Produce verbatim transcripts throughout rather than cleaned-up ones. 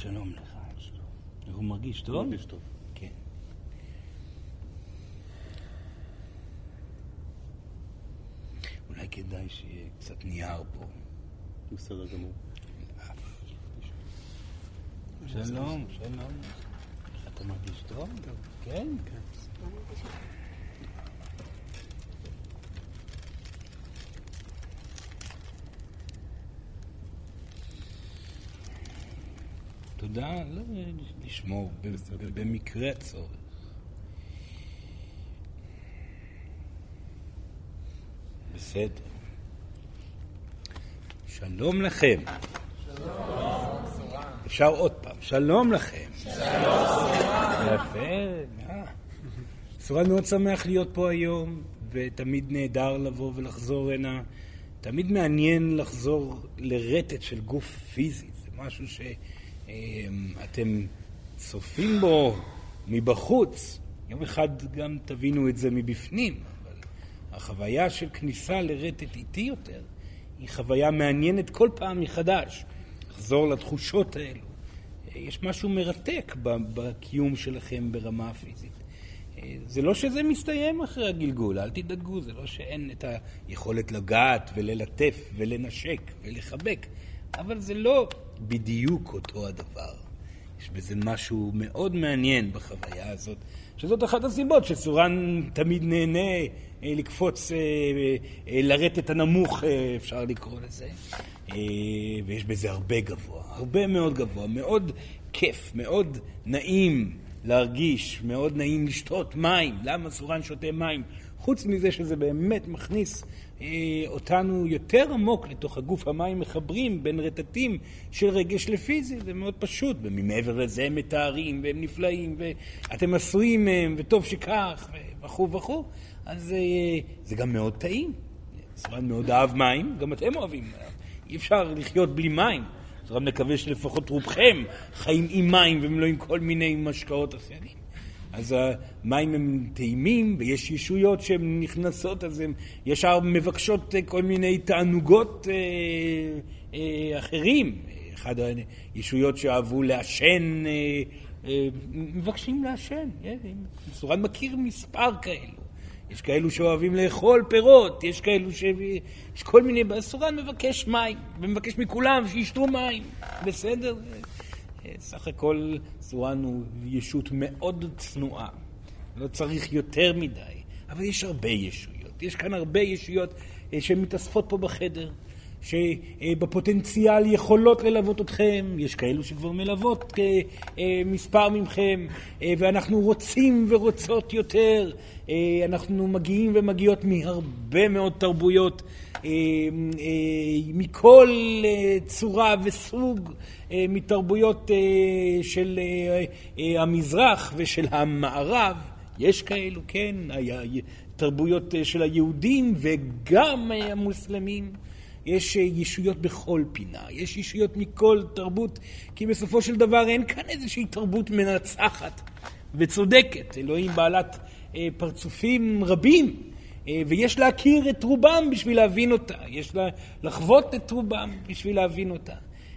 שלום לך. הוא מרגיש טוב? מרגיש טוב. כן. אולי כדאי שיהיה קצת נייר פה. בסדר גמור. שלום, שלום. אתה מרגיש טוב? כן? כן. תודה, לא לשמור, במקרה הצורך. בסדר. שלום לכם. שלום. אפשר עוד פעם. שלום לכם. שלום. יפה. סורן מאוד שמח להיות פה היום, ותמיד נהדר לבוא ולחזור הנה. תמיד מעניין לחזור לרטט של גוף פיזי. זה משהו ש... אתם צופים בו מבחוץ, יום אחד גם תבינו את זה מבפנים, אבל החוויה של כניסה לרטט איטי יותר היא חוויה מעניינת כל פעם מחדש, לחזור לתחושות האלו. יש משהו מרתק בקיום שלכם ברמה הפיזית. זה לא שזה מסתיים אחרי הגלגול, אל תדאגו, זה לא שאין את היכולת לגעת וללטף ולנשק ולחבק, אבל זה לא בדיוק אותו הדבר. יש בזה משהו מאוד מעניין בחוויה הזאת, שזאת אחת הסיבות שסורן תמיד נהנה לקפוץ לרטט הנמוך, אפשר לקרוא לזה. ויש בזה הרבה גבוה, הרבה מאוד גבוה, מאוד כיף, מאוד נעים להרגיש, מאוד נעים לשתות מים. למה סורן שותה מים? חוץ מזה שזה באמת מכניס אותנו יותר עמוק לתוך הגוף. המים מחברים בין רטטים של רגש לפיזי, זה מאוד פשוט, ומעבר לזה הם מתארים והם נפלאים ואתם עשויים מהם וטוב שכך וכו' וכו'. אז זה גם מאוד טעים. סורן מאוד אהב מים, גם אתם אוהבים. אי אפשר לחיות בלי מים. סורן מקווה שלפחות רובכם חיים עם מים ולא עם כל מיני משקאות אחרים. אז המים הם טעימים, ויש ישויות שהן נכנסות, אז הן ישר מבקשות כל מיני תענוגות אה, אה, אחרים. אחד הישויות שאהבו לעשן, אה, אה, מבקשים לעשן. סורן מכיר מספר כאלו. יש כאלו שאוהבים לאכול פירות, יש כאלו ש... יש כל מיני... סורן מבקש מים, ומבקש מכולם שישתו מים. בסדר? סך הכל סורן הוא ישות מאוד צנועה, לא צריך יותר מדי, אבל יש הרבה ישויות, יש כאן הרבה ישויות שמתאספות פה בחדר, שבפוטנציאל יכולות ללוות אתכם, יש כאלו שכבר מלוות מספר מכם, ואנחנו רוצים ורוצות יותר, אנחנו מגיעים ומגיעות מהרבה מאוד תרבויות, מכל צורה וסוג, מתרבויות של המזרח ושל המערב, יש כאלו, כן, תרבויות של היהודים וגם המוסלמים. יש ישויות בכל פינה, יש ישויות מכל תרבות, כי בסופו של דבר אין כאן איזושהי תרבות מנצחת וצודקת. אלוהים בעלת פרצופים רבים, ויש להכיר את רובם בשביל להבין אותה, יש לה לחוות את רובם בשביל להבין אותה.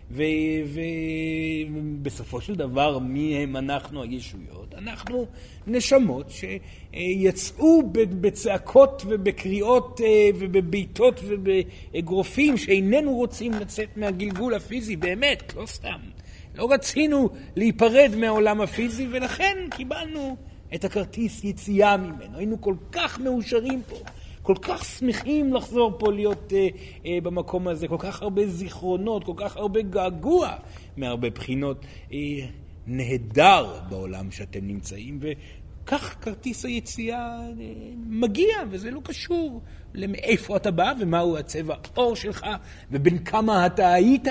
ובסופו של דבר, מי הם אנחנו הישויות? אנחנו נשמות שיצאו בצעקות ובקריאות ובביתות ובאגרופים שאיננו רוצים לצאת מהגלגול הפיזי, באמת, לא סתם. לא רצינו להיפרד מהעולם הפיזי, ולכן קיבלנו את הכרטיס יציאה ממנו. היינו כל כך מאושרים פה, כל כך שמחים לחזור פה להיות אה, אה, במקום הזה, כל כך הרבה זיכרונות, כל כך הרבה געגוע מהרבה בחינות. אה, נהדר בעולם שאתם נמצאים, וכך כרטיס היציאה אה, מגיע, וזה לא קשור למאיפה אתה בא ומהו הצבע האור שלך ובין כמה אתה היית.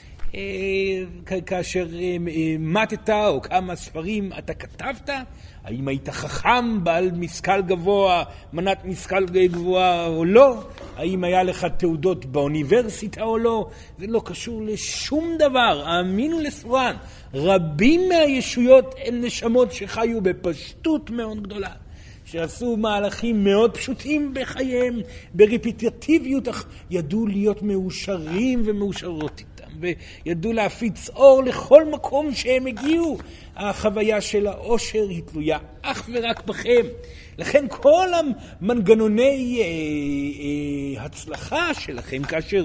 כאשר מתת או כמה ספרים אתה כתבת, האם היית חכם, בעל משכל גבוה, מנת משכל גבוה או לא, האם היה לך תעודות באוניברסיטה או לא, זה לא קשור לשום דבר. האמינו לסורן, רבים מהישויות הן נשמות שחיו בפשטות מאוד גדולה, שעשו מהלכים מאוד פשוטים בחייהם, ברפיטטיביות, אך ידעו להיות מאושרים ומאושרות איתם. וידעו להפיץ אור לכל מקום שהם הגיעו. החוויה של האושר היא תלויה אך ורק בכם. לכן כל המנגנוני אה, אה, הצלחה שלכם, כאשר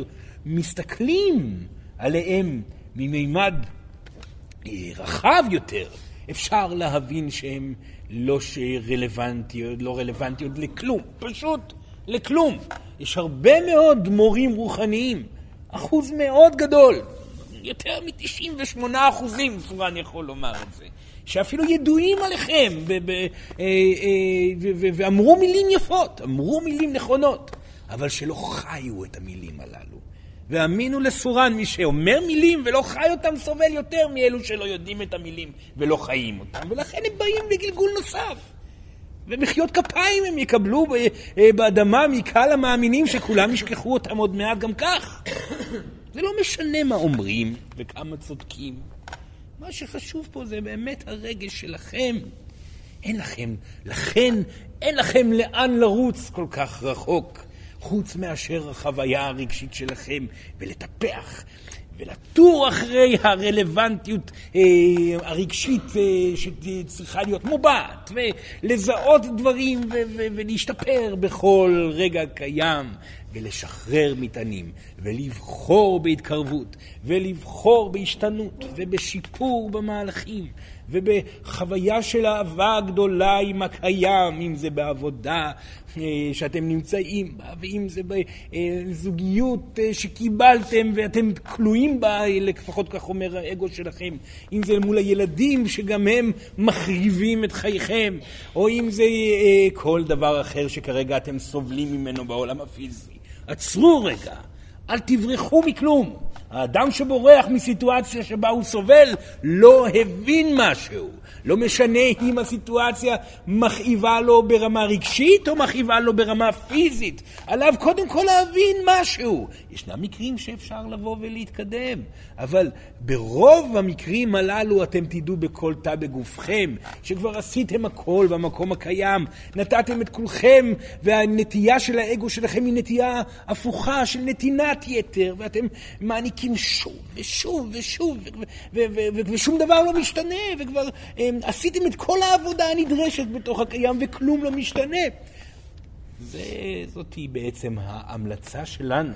מסתכלים עליהם ממימד אה, רחב יותר, אפשר להבין שהם לא רלוונטיות, לא רלוונטיות לכלום, פשוט לכלום. יש הרבה מאוד מורים רוחניים, אחוז מאוד גדול, יותר מ-תשעים ושמונה אחוזים, סורן יכול לומר את זה, שאפילו ידועים עליכם, ב- ב- אה, אה, ו- ו- ואמרו מילים יפות, אמרו מילים נכונות, אבל שלא חיו את המילים הללו. ואמינו לסורן, מי שאומר מילים ולא חי אותם סובל יותר מאלו שלא יודעים את המילים ולא חיים אותם. ולכן הם באים לגלגול נוסף. ומחיות כפיים הם יקבלו באדמה מקהל המאמינים שכולם ישכחו אותם עוד מעט גם כך. זה לא משנה מה אומרים וכמה צודקים. מה שחשוב פה זה באמת הרגש שלכם. אין לכם, לכן אין לכם לאן לרוץ כל כך רחוק. חוץ מאשר החוויה הרגשית שלכם, ולטפח, ולטור אחרי הרלוונטיות אה, הרגשית אה, שצריכה להיות מובעת, ולזהות דברים ו- ו- ולהשתפר בכל רגע קיים, ולשחרר מטענים, ולבחור בהתקרבות, ולבחור בהשתנות, ובשיפור במהלכים, ובחוויה של אהבה גדולה עם הקיים, אם זה בעבודה שאתם נמצאים בה, ואם זה בזוגיות שקיבלתם ואתם כלואים בה, לפחות כך אומר האגו שלכם, אם זה מול הילדים שגם הם מחריבים את חייכם, או אם זה כל דבר אחר שכרגע אתם סובלים ממנו בעולם הפיזי. עצרו רגע, אל תברחו מכלום. האדם שבורח מסיטואציה שבה הוא סובל לא הבין משהו. לא משנה אם הסיטואציה מכאיבה לו ברמה רגשית או מכאיבה לו ברמה פיזית. עליו קודם כל להבין משהו. ישנם מקרים שאפשר לבוא ולהתקדם, אבל ברוב המקרים הללו אתם תדעו בכל תא בגופכם שכבר עשיתם הכל במקום הקיים, נתתם את כולכם, והנטייה של האגו שלכם היא נטייה הפוכה של נתינת יתר, ואתם מעניקים שוב ושוב ושוב ו- ו- ו- ו- ושום דבר לא משתנה, וכבר הם, עשיתם את כל העבודה הנדרשת בתוך הקיים וכלום לא משתנה. זה, זאת היא בעצם ההמלצה שלנו,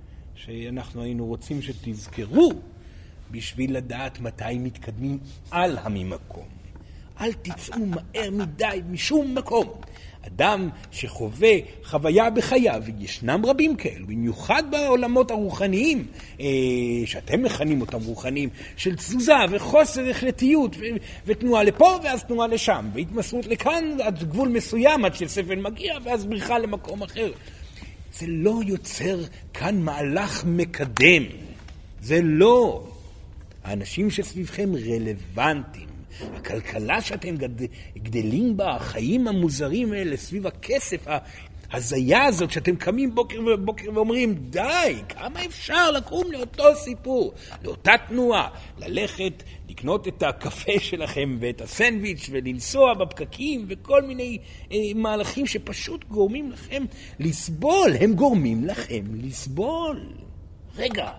שאנחנו היינו רוצים שתזכרו בשביל לדעת מתי מתקדמים על הממקום. אל תצאו מהר מדי משום מקום. אדם שחווה חוויה בחייו, וישנם רבים כאלו, במיוחד בעולמות הרוחניים, אה, שאתם מכנים אותם רוחניים, של תזוזה וחוסר החלטיות, ו- ותנועה לפה ואז תנועה לשם, והתמסרות לכאן עד גבול מסוים, עד שספל מגיע, ואז בריחה למקום אחר. זה לא יוצר כאן מהלך מקדם. זה לא. האנשים שסביבכם רלוונטיים. הכלכלה שאתם גד... גדלים בה, החיים המוזרים האלה סביב הכסף, ההזיה הזאת שאתם קמים בוקר ובוקר ואומרים, די, כמה אפשר לקום לאותו סיפור, לאותה תנועה, ללכת, לקנות את הקפה שלכם ואת הסנדוויץ' ולנסוע בפקקים וכל מיני אה, מהלכים שפשוט גורמים לכם לסבול, הם גורמים לכם לסבול. רגע,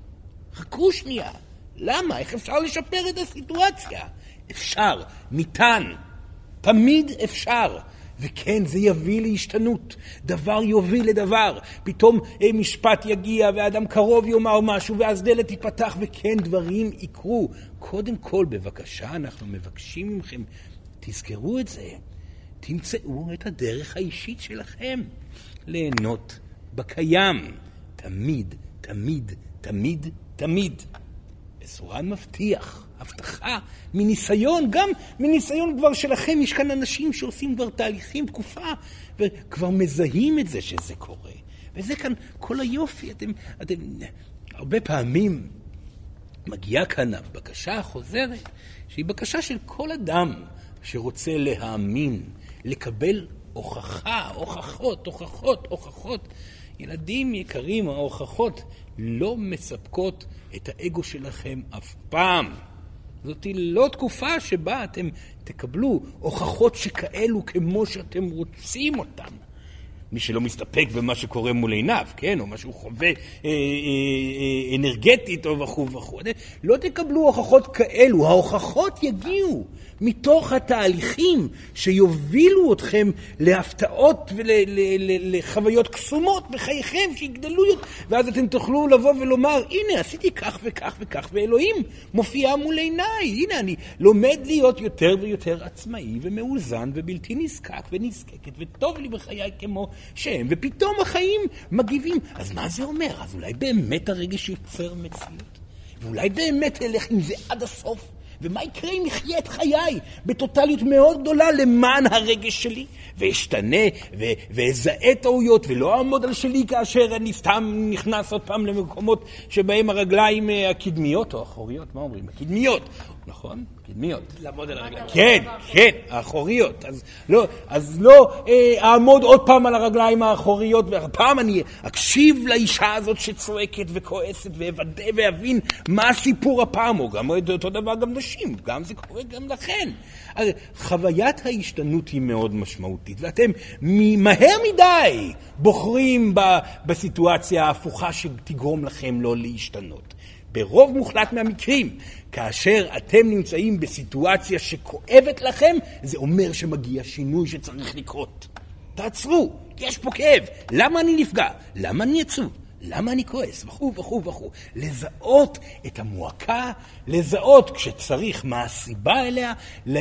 חכו שנייה, למה? איך אפשר לשפר את הסיטואציה? אפשר, ניתן, תמיד אפשר. וכן, זה יביא להשתנות. דבר יוביל לדבר. פתאום אה, משפט יגיע ואדם קרוב יאמר משהו ואז דלת ייפתח, וכן, דברים יקרו. קודם כל, בבקשה, אנחנו מבקשים מכם, תזכרו את זה. תמצאו את הדרך האישית שלכם. ליהנות בקיים. תמיד, תמיד, תמיד, תמיד. סורן מבטיח, הבטחה, מניסיון, גם מניסיון כבר שלכם, יש כאן אנשים שעושים כבר תהליכים תקופה, וכבר מזהים את זה שזה קורה. וזה כאן כל היופי, אתם, אתם, הרבה פעמים מגיעה כאן הבקשה החוזרת, שהיא בקשה של כל אדם שרוצה להאמין, לקבל הוכחה, הוכחות, הוכחות, הוכחות. ילדים יקרים, ההוכחות לא מספקות את האגו שלכם אף פעם. זאת לא תקופה שבה אתם תקבלו הוכחות שכאלו כמו שאתם רוצים אותם. מי שלא מסתפק במה שקורה מול עיניו, כן? או מה שהוא חווה אה, אה, אה, אנרגטית או וכו' וכו'. לא תקבלו הוכחות כאלו, ההוכחות יגיעו מתוך התהליכים שיובילו אתכם להפתעות ולחוויות קסומות בחייכם שיגדלו יותר, ואז אתם תוכלו לבוא ולומר, הנה עשיתי כך וכך וכך, ואלוהים מופיע מול עיניי, הנה אני לומד להיות יותר ויותר עצמאי ומאוזן ובלתי נזקק ונזקקת, וטוב לי בחיי כמו שהם, ופתאום החיים מגיבים. אז מה זה אומר? אז אולי באמת הרגש יוצר מציאות, ואולי באמת אלך עם זה עד הסוף, ומה יקרה אם יחיה את חיי בטוטליות מאוד גדולה למען הרגש שלי, ואשתנה ואזהה טעויות, ולא אעמוד על שלי כאשר אני סתם נכנס עוד פעם למקומות שבהם הרגליים הקדמיות או האחוריות, מה אומרים? הקדמיות, נכון? קדמיות. לעמוד על הרגליים. כן, כן, האחוריות. אז לא, אז לא אה, אעמוד עוד פעם על הרגליים האחוריות, והפעם אני אקשיב לאישה הזאת שצועקת וכועסת, ואבדה ואבין מה הסיפור הפעם, או גם אותו דבר גם נשים, גם זה קורה גם לכן. אז חוויית ההשתנות היא מאוד משמעותית, ואתם מהר מדי בוחרים ב, בסיטואציה ההפוכה שתגרום לכם לא להשתנות. ברוב מוחלט מהמקרים, כאשר אתם נמצאים בסיטואציה שכואבת לכם, זה אומר שמגיע שינוי שצריך לקרות. תעצרו, יש פה כאב. למה אני נפגע? למה אני עצוב? למה אני כועס? וכו' וכו' וכו'. לזהות את המועקה, לזהות כשצריך מה הסיבה אליה,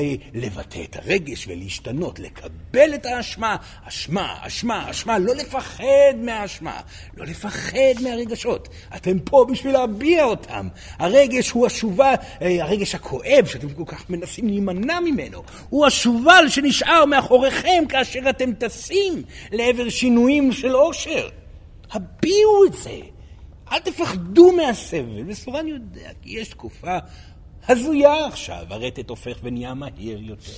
לבטא את הרגש ולהשתנות, לקבל את האשמה, אשמה, אשמה, אשמה, לא לפחד מהאשמה, לא לפחד מהרגשות. אתם פה בשביל להביע אותם. הרגש הוא השובל, הרגש הכואב שאתם כל כך מנסים להימנע ממנו, הוא השובל שנשאר מאחוריכם כאשר אתם טסים לעבר שינויים של אושר. הביאו את זה. אל תפחדו מהסבל. וסורן יודע, כי יש תקופה הזויה עכשיו. הרטט הופך ונהיה מהיר יותר.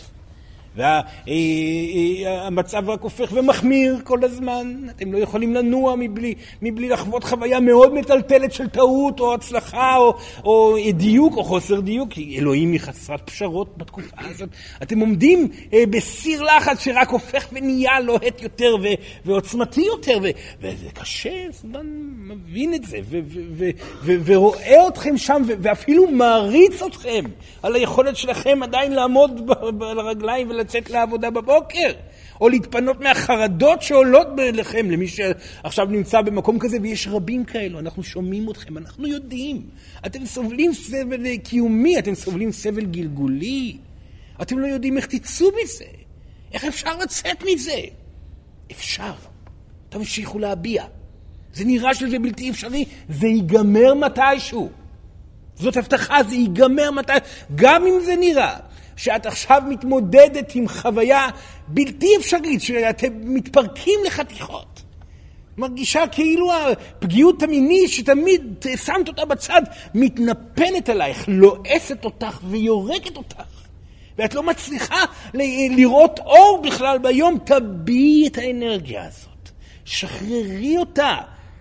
והמצב רק הופך ומחמיר כל הזמן. אתם לא יכולים לנוע מבלי, מבלי לחוות חוויה מאוד מטלטלת של טעות או הצלחה או, או דיוק או חוסר דיוק. כי אלוהים היא חסרת פשרות בתקופה הזאת. אתם עומדים בסיר לחץ שרק הופך ונהיה לוהט יותר ו, ועוצמתי יותר. ו, וזה קשה, סודן מבין את זה ו, ו, ו, ו, ורואה אתכם שם ו, ואפילו מעריץ אתכם על היכולת שלכם עדיין לעמוד על הרגליים ול לצאת לעבודה בבוקר, או להתפנות מהחרדות שעולות לכם, למי שעכשיו נמצא במקום כזה, ויש רבים כאלו, אנחנו שומעים אתכם, אנחנו יודעים. אתם סובלים סבל קיומי, אתם סובלים סבל גלגולי, אתם לא יודעים איך תצאו מזה, איך אפשר לצאת מזה. אפשר, תמשיכו להביע. זה נראה שזה בלתי אפשרי, זה ייגמר מתישהו. זאת הבטחה, זה ייגמר מתי, גם אם זה נראה. שאת עכשיו מתמודדת עם חוויה בלתי אפשרית, שאתם מתפרקים לחתיכות. מרגישה כאילו הפגיעות המינית שתמיד שמת אותה בצד, מתנפלת עלייך, לועסת אותך ויורקת אותך. ואת לא מצליחה ל- לראות אור בכלל ביום. תביאי את האנרגיה הזאת. שחררי אותה.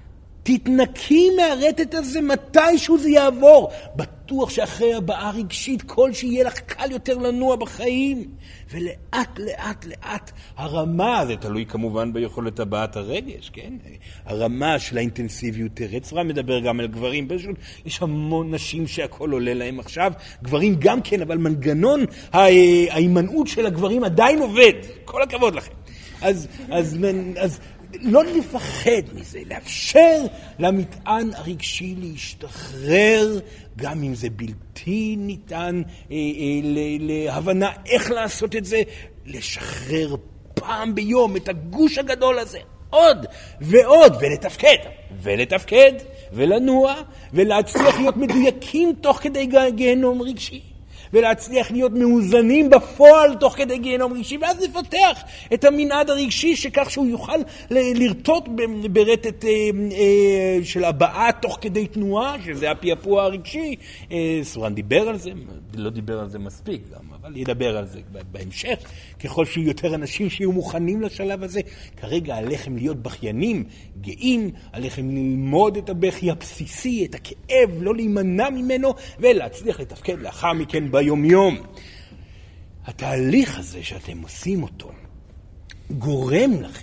תתנקי מהרטט הזה מתישהו זה יעבור. בטוח שאחרי הבאה רגשית כל שיהיה לך קל יותר לנוע בחיים. ולאט לאט לאט הרמה, זה תלוי כמובן ביכולת הבאת הרגש, כן? הרמה של האינטנסיביות תרד. סורן מדבר גם על גברים, פשוט יש המון נשים שהכל עולה להם עכשיו, גברים גם כן, אבל מנגנון ההימנעות של הגברים עדיין עובד. כל הכבוד לכם. אז, אז, אז לא לפחד מזה, לאפשר למטען הרגשי להשתחרר, גם אם זה בלתי ניתן אה, אה, להבנה איך לעשות את זה, לשחרר פעם ביום את הגוש הגדול הזה, עוד ועוד, ולתפקד, ולתפקד, ולנוע, ולהצליח להיות מדויקים תוך כדי גיהנום רגשי. ולהצליח להיות מאוזנים בפועל תוך כדי גיהנום רגשי, ואז לפתח את המנעד הרגשי שכך שהוא יוכל לרטוט ברטט של הבאה תוך כדי תנועה, שזה הפעפוע הרגשי. סורן דיבר על זה, לא דיבר על זה מספיק גם, אבל ידבר על זה בהמשך, ככל שיהיו יותר אנשים שיהיו מוכנים לשלב הזה. כרגע עליכם להיות בכיינים, גאים, עליכם ללמוד את הבכי הבסיסי, את הכאב, לא להימנע ממנו, ולהצליח לתפקד לאחר מכן ביום יום. התהליך הזה שאתם עושים אותו, גורם לכם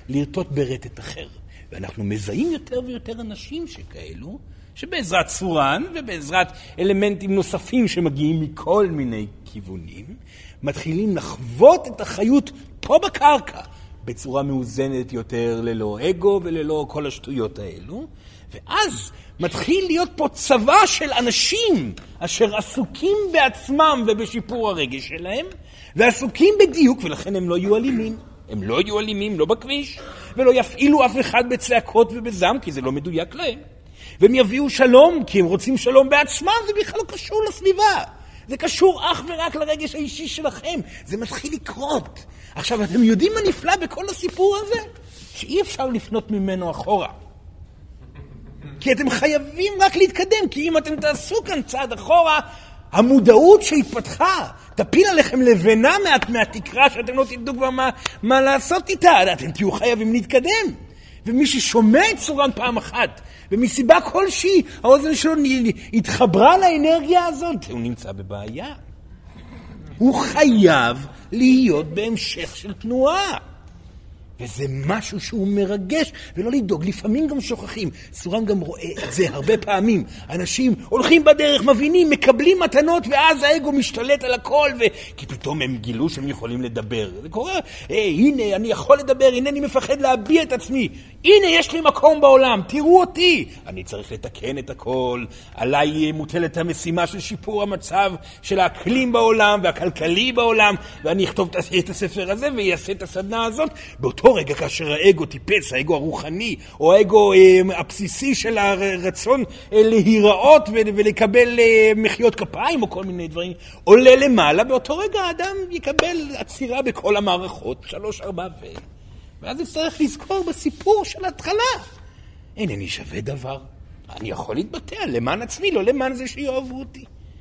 לרטוט ברטט אחר. ואנחנו מזהים יותר ויותר אנשים שכאלו, שבעזרת צורן ובעזרת אלמנטים נוספים שמגיעים מכל מיני כיוונים, מתחילים לחוות את החיות פה בקרקע, בצורה מאוזנת יותר, ללא אגו וללא כל השטויות האלו, ואז מתחיל להיות פה צבא של אנשים אשר עסוקים בעצמם ובשיפור הרגש שלהם, ועסוקים בדיוק, ולכן הם לא יהיו אלימים. הם לא יהיו אלימים, לא בכביש, ולא יפעילו אף אחד בצעקות ובזעם, כי זה לא מדויק להם. והם יביאו שלום, כי הם רוצים שלום בעצמם, זה בכלל לא קשור לסביבה. זה קשור אך ורק לרגש האישי שלכם. זה מתחיל לקרות. עכשיו, אתם יודעים מה נפלא בכל הסיפור הזה? שאי אפשר לפנות ממנו אחורה. כי אתם חייבים רק להתקדם, כי אם אתם תעשו כאן צעד אחורה, המודעות שהתפתחה תפיל עליכם לבנה מעט מהתקרה שאתם לא תדעו כבר מה, מה לעשות איתה. אתם תהיו חייבים להתקדם. ומי ששומע את צורן פעם אחת, ומסיבה כלשהי, האוזן שלו התחברה לאנרגיה הזאת, הוא נמצא בבעיה. הוא חייב להיות בהמשך של תנועה. וזה משהו שהוא מרגש, ולא לדאוג, לפעמים גם שוכחים. צורן גם רואה את זה הרבה פעמים. אנשים הולכים בדרך, מבינים, מקבלים מתנות, ואז האגו משתלט על הכל, ו... כי פתאום הם גילו שהם יכולים לדבר. זה קורה, היי, הנה, אני יכול לדבר, הנה אני מפחד להביע את עצמי. הנה, יש לי מקום בעולם, תראו אותי. אני צריך לתקן את הכל. עליי מוטלת המשימה של שיפור המצב של האקלים בעולם, והכלכלי בעולם, ואני אכתוב את הספר הזה, ויעשה את הסדנה הזאת. באותו רגע כאשר האגו טיפס, האגו הרוחני, או האגו אה, הבסיסי של הרצון אה, להיראות ולקבל אה, מחיאות כפיים, או כל מיני דברים, עולה למעלה, באותו רגע האדם יקבל עצירה בכל המערכות, שלוש, ארבע ו... ואז יצטרך לזכור בסיפור של ההתחלה. אינני שווה דבר. אני יכול להתבטא למען עצמי, לא למען זה שיאהבו אותי.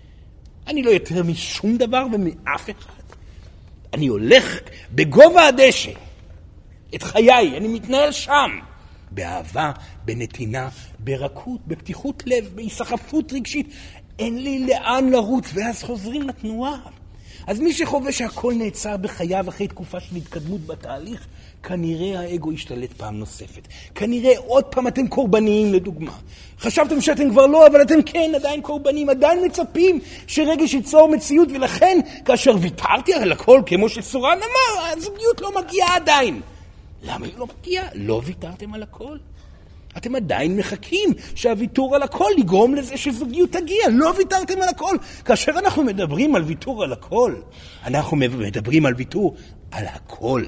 אני לא יותר משום דבר ומאף אחד. אני הולך בגובה הדשא. את חיי, אני מתנהל שם. באהבה, בנתינה, ברכות, בפתיחות לב, בהיסחפות רגשית. אין לי לאן לרוץ, ואז חוזרים לתנועה. אז מי שחווה שהכל נעצר בחייו אחרי תקופה של התקדמות בתהליך, כנראה האגו ישתלט פעם נוספת. כנראה עוד פעם אתם קורבניים לדוגמה. חשבתם שאתם כבר לא, אבל אתם כן עדיין קורבנים, עדיין מצפים שרגש ייצור מציאות, ולכן כאשר ויתרתי על הכל, כמו שצורן אמר, הזוגיות לא מגיעה עדיין. למה היא לא מגיעה? לא ויתרתם על הכל. אתם עדיין מחכים שהוויתור על הכל יגרום לזה שזוגיות תגיע. לא ויתרתם על הכל. כאשר אנחנו מדברים על ויתור על הכל, אנחנו מדברים על ויתור על הכל.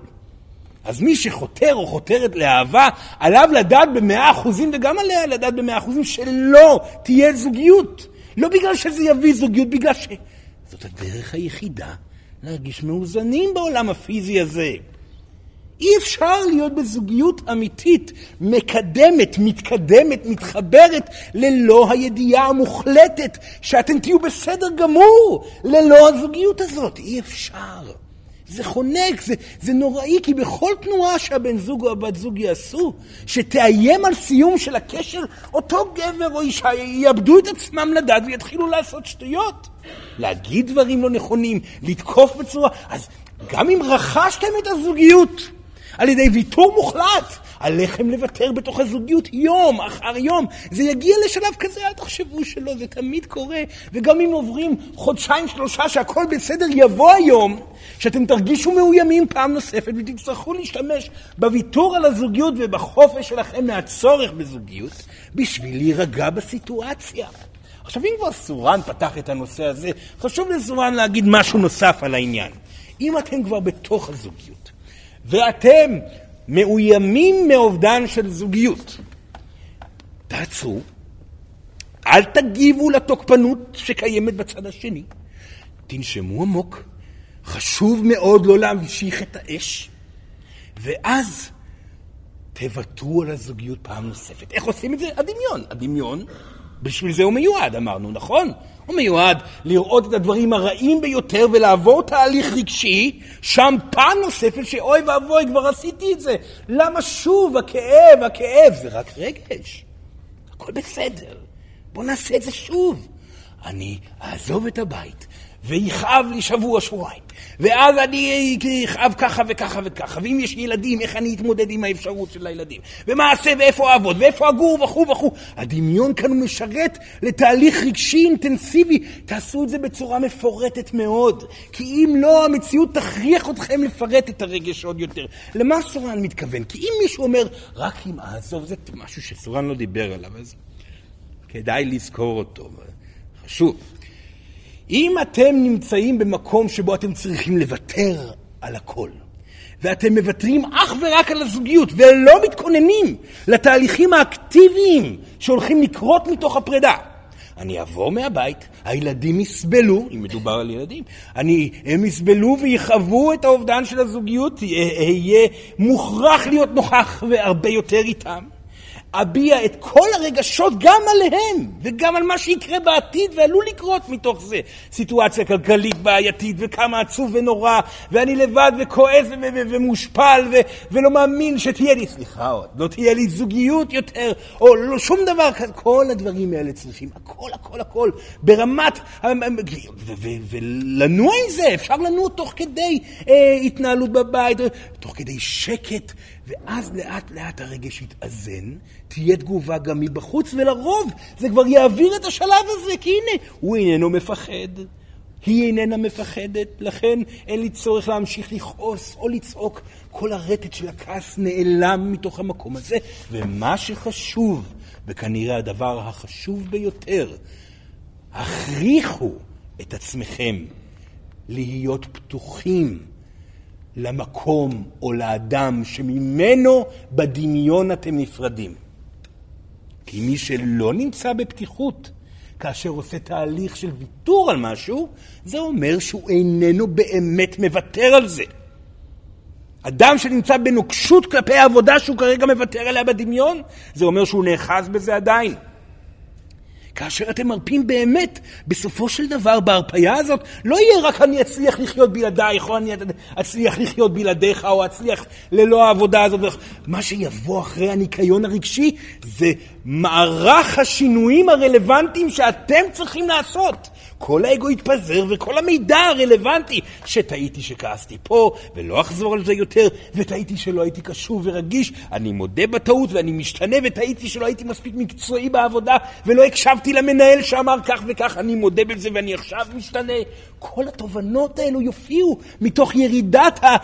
אז מי שחותר או חותרת לאהבה, עליו לדעת במאה אחוזים, וגם עליה לדעת במאה אחוזים, שלא תהיה זוגיות. לא בגלל שזה יביא זוגיות, בגלל שזאת הדרך היחידה להרגיש מאוזנים בעולם הפיזי הזה. אי אפשר להיות בזוגיות אמיתית, מקדמת, מתקדמת, מתחברת, ללא הידיעה המוחלטת שאתם תהיו בסדר גמור, ללא הזוגיות הזאת. אי אפשר. זה חונק, זה, זה נוראי, כי בכל תנועה שהבן זוג או הבת זוג יעשו, שתאיים על סיום של הקשר, אותו גבר או אישה יאבדו את עצמם לדעת ויתחילו לעשות שטויות. להגיד דברים לא נכונים, לתקוף בצורה. אז גם אם רכשתם את הזוגיות, על ידי ויתור מוחלט, עליכם לוותר בתוך הזוגיות יום אחר יום. זה יגיע לשלב כזה, אל תחשבו שלא, זה תמיד קורה. וגם אם עוברים חודשיים שלושה שהכל בסדר, יבוא היום שאתם תרגישו מאוימים פעם נוספת ותצטרכו להשתמש בוויתור על הזוגיות ובחופש שלכם מהצורך בזוגיות בשביל להירגע בסיטואציה. עכשיו אם כבר צורן פתח את הנושא הזה, חשוב לצורן להגיד משהו נוסף על העניין. אם אתם כבר בתוך הזוגיות ואתם מאוימים מאובדן של זוגיות, תעצרו, אל תגיבו לתוקפנות שקיימת בצד השני, תנשמו עמוק, חשוב מאוד לא להמשיך את האש, ואז תוותרו על הזוגיות פעם נוספת. איך עושים את זה? הדמיון. הדמיון, בשביל זה הוא מיועד, אמרנו, נכון? הוא מיועד לראות את הדברים הרעים ביותר ולעבור תהליך רגשי, שם פעם נוספת שאוי ואבוי, כבר עשיתי את זה. למה שוב? הכאב, הכאב, זה רק רגש. הכל בסדר. בוא נעשה את זה שוב. אני אעזוב את הבית ויכאב לי שבוע, שבועיים. ואז אני אכאב ככה וככה וככה. ואם יש ילדים, איך אני אתמודד עם האפשרות של הילדים? ומה אעשה ואיפה אעבוד? ואיפה אגור וכו' וכו'. הדמיון כאן הוא משרת לתהליך רגשי אינטנסיבי. תעשו את זה בצורה מפורטת מאוד. כי אם לא, המציאות תכריח אתכם לפרט את הרגש עוד יותר. למה סורן מתכוון? כי אם מישהו אומר, רק אם אעזוב, זה משהו שסורן לא דיבר עליו, אז כדאי לזכור אותו. חשוב. אם אתם נמצאים במקום שבו אתם צריכים לוותר על הכל, ואתם מוותרים אך ורק על הזוגיות, ולא מתכוננים לתהליכים האקטיביים שהולכים לקרות מתוך הפרידה, אני אעבור מהבית, הילדים יסבלו, אם מדובר על ילדים, אני, הם יסבלו ויחוו את האובדן של הזוגיות, יהיה מוכרח להיות נוכח והרבה יותר איתם, אביע את כל הרגשות גם עליהם, וגם על מה שיקרה בעתיד, ועלול לקרות מתוך זה. סיטואציה כלכלית בעייתית, וכמה עצוב ונורא, ואני לבד וכועס ו- ו- ומושפל, ו- ולא מאמין שתהיה לי, סליחה עוד, לא תהיה לי זוגיות יותר, או לא שום דבר, כל הדברים האלה צריכים, הכל, הכל, הכל, ברמת, ו- ו- ולנוע עם זה, אפשר לנוע תוך כדי אה, התנהלות בבית, תוך כדי שקט, ואז לאט לאט הרגש יתאזן, תהיה תגובה גם מבחוץ, ולרוב זה כבר יעביר את השלב הזה, כי הנה, הוא איננו מפחד, היא איננה מפחדת, לכן אין לי צורך להמשיך לכעוס או לצעוק, כל הרטט של הכעס נעלם מתוך המקום הזה, ומה שחשוב, וכנראה הדבר החשוב ביותר, הכריחו את עצמכם להיות פתוחים, למקום או לאדם שממנו בדמיון אתם נפרדים. כי מי שלא נמצא בפתיחות, כאשר עושה תהליך של ויתור על משהו, זה אומר שהוא איננו באמת מוותר על זה. אדם שנמצא בנוקשות כלפי העבודה שהוא כרגע מוותר עליה בדמיון, זה אומר שהוא נאחז בזה עדיין. כאשר אתם מרפים באמת, בסופו של דבר, בהרפאיה הזאת, לא יהיה רק אני אצליח לחיות בלעדייך, או אני אצליח לחיות בלעדיך, או אצליח ללא העבודה הזאת. מה שיבוא אחרי הניקיון הרגשי, זה מערך השינויים הרלוונטיים שאתם צריכים לעשות. כל האגו יתפזר, וכל המידע הרלוונטי, שטעיתי שכעסתי פה, ולא אחזור על זה יותר, וטעיתי שלא הייתי קשוב ורגיש, אני מודה בטעות, ואני משתנה, וטעיתי שלא הייתי מספיק מקצועי בעבודה, ולא הקשבתי למנהל שאמר כך וכך, אני מודה בזה, ואני עכשיו משתנה. כל התובנות האלו יופיעו, מתוך ירידת ה...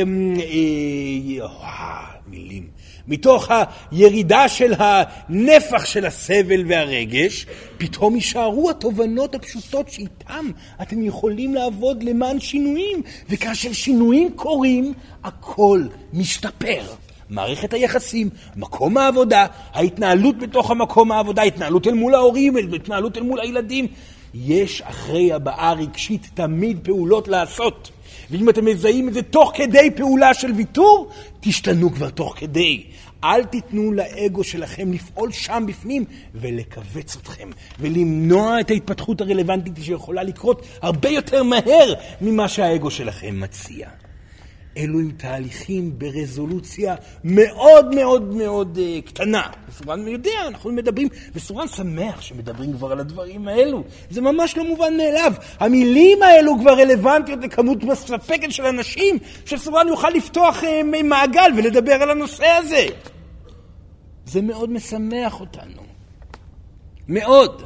מילים. מתוך הירידה של הנפח של הסבל והרגש, פתאום יישארו התובנות הפשוטות שאיתם אתם יכולים לעבוד למען שינויים, וכאשר שינויים קורים, הכל משתפר. מערכת היחסים, מקום העבודה, ההתנהלות בתוך המקום העבודה, התנהלות אל מול ההורים, התנהלות אל מול הילדים. יש אחרי הבאה רגשית תמיד פעולות לעשות. ואם אתם מזהים את זה תוך כדי פעולה של ויתור, תשתנו כבר תוך כדי. אל תיתנו לאגו שלכם לפעול שם בפנים ולקבץ אתכם ולמנוע את ההתפתחות הרלוונטית שיכולה לקרות הרבה יותר מהר ממה שהאגו שלכם מציע. אלו עם תהליכים ברזולוציה מאוד מאוד מאוד uh, קטנה. וסורן יודע, אנחנו מדברים, וסורן שמח שמדברים כבר על הדברים האלו. זה ממש לא מובן מאליו. המילים האלו כבר רלוונטיות לכמות מספקת של אנשים, שסורן יוכל לפתוח uh, מעגל ולדבר על הנושא הזה. זה מאוד משמח אותנו. מאוד.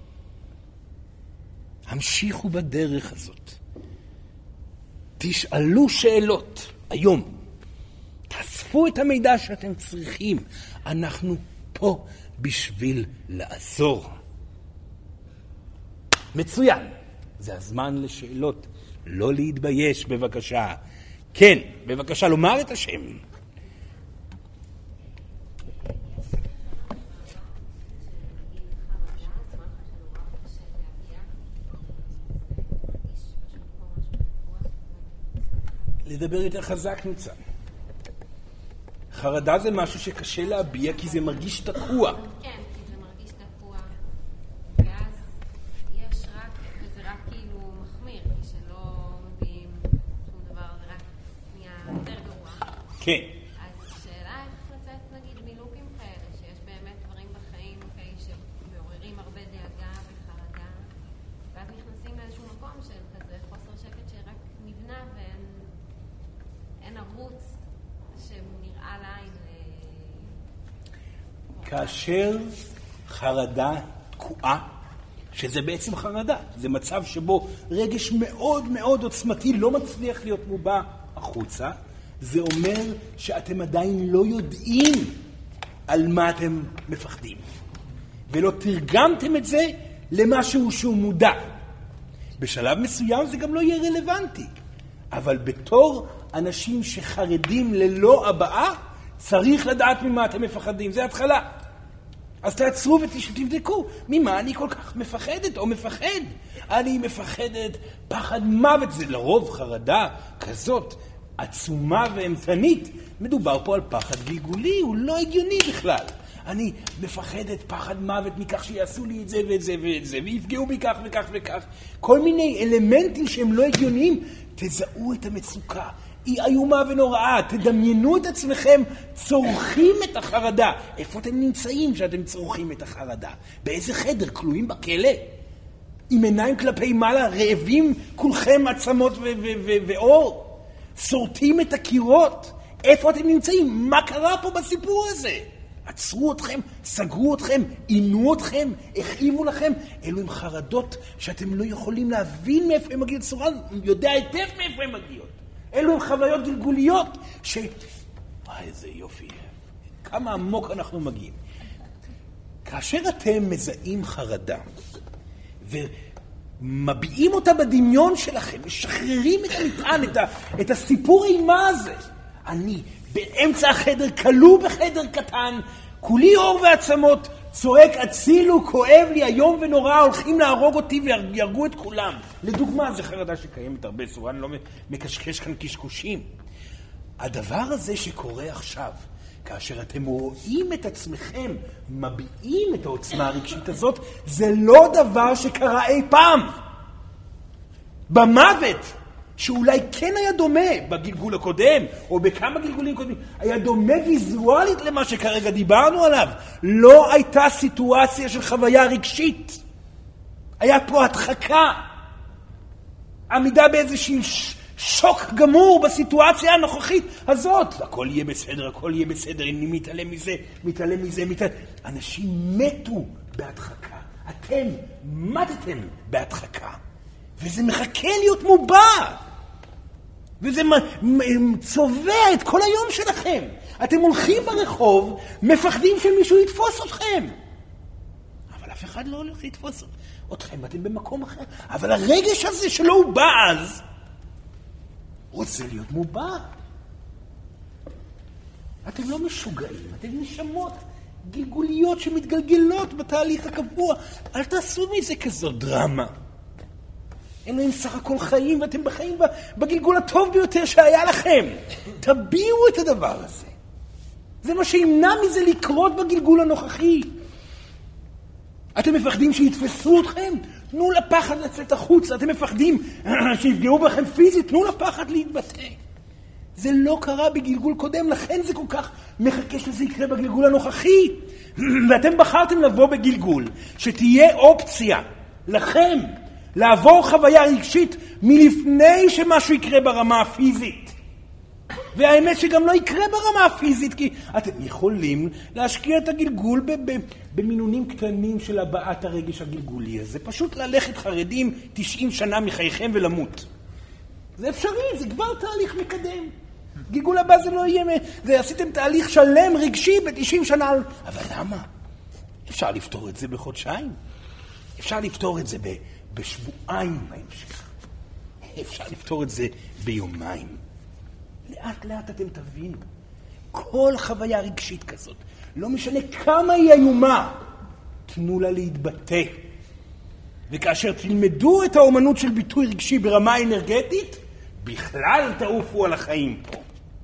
המשיכו בדרך הזאת. תשאלו שאלות היום. תאספו את המידע שאתם צריכים. אנחנו פה בשביל לעזור. מצוין. זה הזמן לשאלות. לא להתבייש, בבקשה. כן, בבקשה, לומר את השם. לדבר יותר חזק נוצא. חרדה זה משהו שקשה להביע כי זה מרגיש תקוע. כן, כי זה מרגיש תקוע. ואז יש רק, וזה רק כאילו מחמיר, כי שלא מביאים שום דבר, זה רק נהיה יותר גרוע. כן. אז השאלה איך לצאת נגיד מלופים כאלה, שיש באמת דברים בחיים שמעוררים הרבה דאגה וחרדה, ואז נכנסים לאיזשהו מקום של כזה כאשר חרדה תקועה, שזה בעצם חרדה, זה מצב שבו רגש מאוד מאוד עוצמתי לא מצליח להיות מובע החוצה, זה אומר שאתם עדיין לא יודעים על מה אתם מפחדים, ולא תרגמתם את זה למשהו שהוא מודע. בשלב מסוים זה גם לא יהיה רלוונטי, אבל בתור אנשים שחרדים ללא הבאה, צריך לדעת ממה אתם מפחדים, זה התחלה. אז תעצרו ותבדקו, ממה אני כל כך מפחדת או מפחד? אני מפחדת פחד מוות, זה לרוב חרדה כזאת עצומה ואמתנית. מדובר פה על פחד גלגולי, הוא לא הגיוני בכלל. אני מפחדת פחד מוות מכך שיעשו לי את זה ואת זה ואת זה, ויפגעו בי כך וכך וכך. כל מיני אלמנטים שהם לא הגיוניים, תזהו את המצוקה. היא איומה ונוראה, תדמיינו את עצמכם צורכים את החרדה. איפה אתם נמצאים שאתם צורכים את החרדה? באיזה חדר? כלואים בכלא? עם עיניים כלפי מעלה, רעבים כולכם עצמות ו- ו- ו- ואור? שורטים את הקירות? איפה אתם נמצאים? מה קרה פה בסיפור הזה? עצרו אתכם, סגרו אתכם, עינו אתכם, הכאיבו לכם. אלו הם חרדות שאתם לא יכולים להבין מאיפה הם מגיעות. סורן יודע היטב מאיפה הם מגיעות. אלו הם חוויות גלגוליות ש... וואי, איזה יופי. כמה עמוק אנחנו מגיעים. כאשר אתם מזהים חרדה ומביעים אותה בדמיון שלכם, משחררים את המטען, את, ה... את הסיפור אימה הזה. אני באמצע החדר, כלוא בחדר קטן, כולי אור ועצמות, צועק, הצילו, כואב לי, היום ונורא, הולכים להרוג אותי וירגו את כולם. לדוגמה, זו חרדה שקיימת הרבה, סורן לא מקשקש כאן קשקושים. הדבר הזה שקורה עכשיו, כאשר אתם רואים את עצמכם, מביעים את העוצמה הרגשית הזאת, זה לא דבר שקרה אי פעם. במוות, שאולי כן היה דומה בגלגול הקודם, או בכמה גלגולים קודמים, היה דומה ויזואלית למה שכרגע דיברנו עליו. לא הייתה סיטואציה של חוויה רגשית. היה פה הדחקה. עמידה באיזושהי שוק גמור בסיטואציה הנוכחית הזאת. הכל יהיה בסדר, הכל יהיה בסדר, אני מתעלם מזה, מתעלם מזה, מתעלם. אנשים מתו בהדחקה. אתם מתתם בהדחקה. וזה מחכה להיות מובע. וזה צובע את כל היום שלכם. אתם הולכים ברחוב, מפחדים שמישהו יתפוס אתכם. אבל אף אחד לא הולך לתפוס אתכם, אתם במקום אחר. אבל הרגש הזה שלא הוא בא אז, רוצה להיות מובע. אתם לא משוגעים, אתם נשמות גלגוליות שמתגלגלות בתהליך הקבוע. אל תעשו מזה כזאת דרמה. אין להם סך הכל חיים, ואתם בחיים בגלגול הטוב ביותר שהיה לכם. תביאו את הדבר הזה. זה מה שימנע מזה לקרות בגלגול הנוכחי. אתם מפחדים שיתפסו אתכם? תנו לפחד לצאת החוץ. אתם מפחדים שיפגעו בכם פיזית? תנו לפחד להתבטא. זה לא קרה בגלגול קודם, לכן זה כל כך מחכה שזה יקרה בגלגול הנוכחי. ואתם בחרתם לבוא בגלגול, שתהיה אופציה לכם, לעבור חוויה רגשית מלפני שמשהו יקרה ברמה הפיזית. והאמת שגם לא יקרה ברמה הפיזית, כי אתם יכולים להשקיע את הגלגול ב- ב- במינונים קטנים של הבעת הרגש הגלגולי הזה. פשוט ללכת חרדים תשעים שנה מחייכם ולמות. זה אפשרי, זה כבר תהליך מקדם. גלגול הבא זה לא יהיה, זה עשיתם תהליך שלם רגשי ב-תשעים שנה. אבל למה? אפשר לפתור את זה בחודשיים. אפשר לפתור את זה ב... בשבועיים בהמשך. אפשר לפתור את זה ביומיים. לאט לאט אתם תבינו. כל חוויה רגשית כזאת, לא משנה כמה היא איומה, תנו לה להתבטא. וכאשר תלמדו את האומנות של ביטוי רגשי ברמה אנרגטית, בכלל תעופו על החיים פה.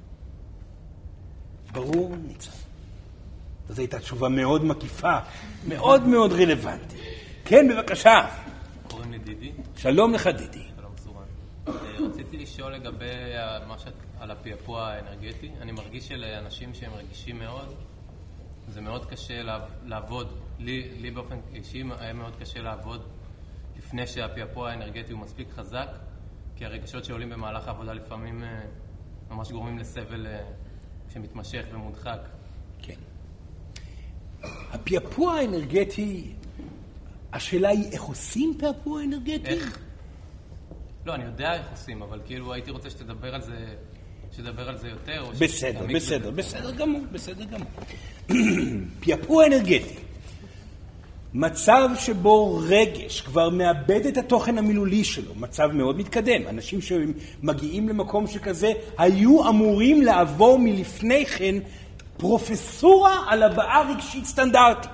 ברור, ניצן. זו הייתה תשובה מאוד מקיפה, מאוד מאוד רלוונטית. כן, בבקשה. קוראים לי דידי. שלום לך דידי. שלום סורן. רציתי לשאול לגבי מה שאת, על הפעפוע האנרגטי. אני מרגיש שלאנשים שהם רגישים מאוד, זה מאוד קשה לעבוד. לי, לי באופן אישי היה מאוד קשה לעבוד לפני שהפעפוע האנרגטי הוא מספיק חזק, כי הרגשות שעולים במהלך העבודה לפעמים ממש גורמים לסבל שמתמשך ומודחק. כן. הפעפוע האנרגטי, השאלה היא איך עושים פעפוע אנרגטי? איך? לא, אני יודע איך עושים, אבל כאילו הייתי רוצה שתדבר על זה, שתדבר על זה יותר. בסדר, בסדר, בסדר גמור, בסדר גמור. פעפוע אנרגטי. מצב שבו רגש כבר מאבד את התוכן המילולי שלו, מצב מאוד מתקדם. אנשים שמגיעים למקום שכזה היו אמורים לעבור מלפני כן פרופסורה על הבעה רגשית סטנדרטית.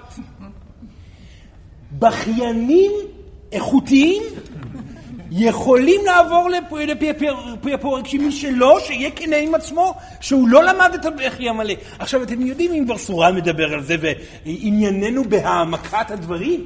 בכיינים איכותיים יכולים לעבור לפעפוע רגשי, מי שלא, שיהיה כנה עם עצמו, שהוא לא למד את הבכי המלא. עכשיו, אתם יודעים אם כבר סורן מדבר על זה, וענייננו בהעמקת הדברים.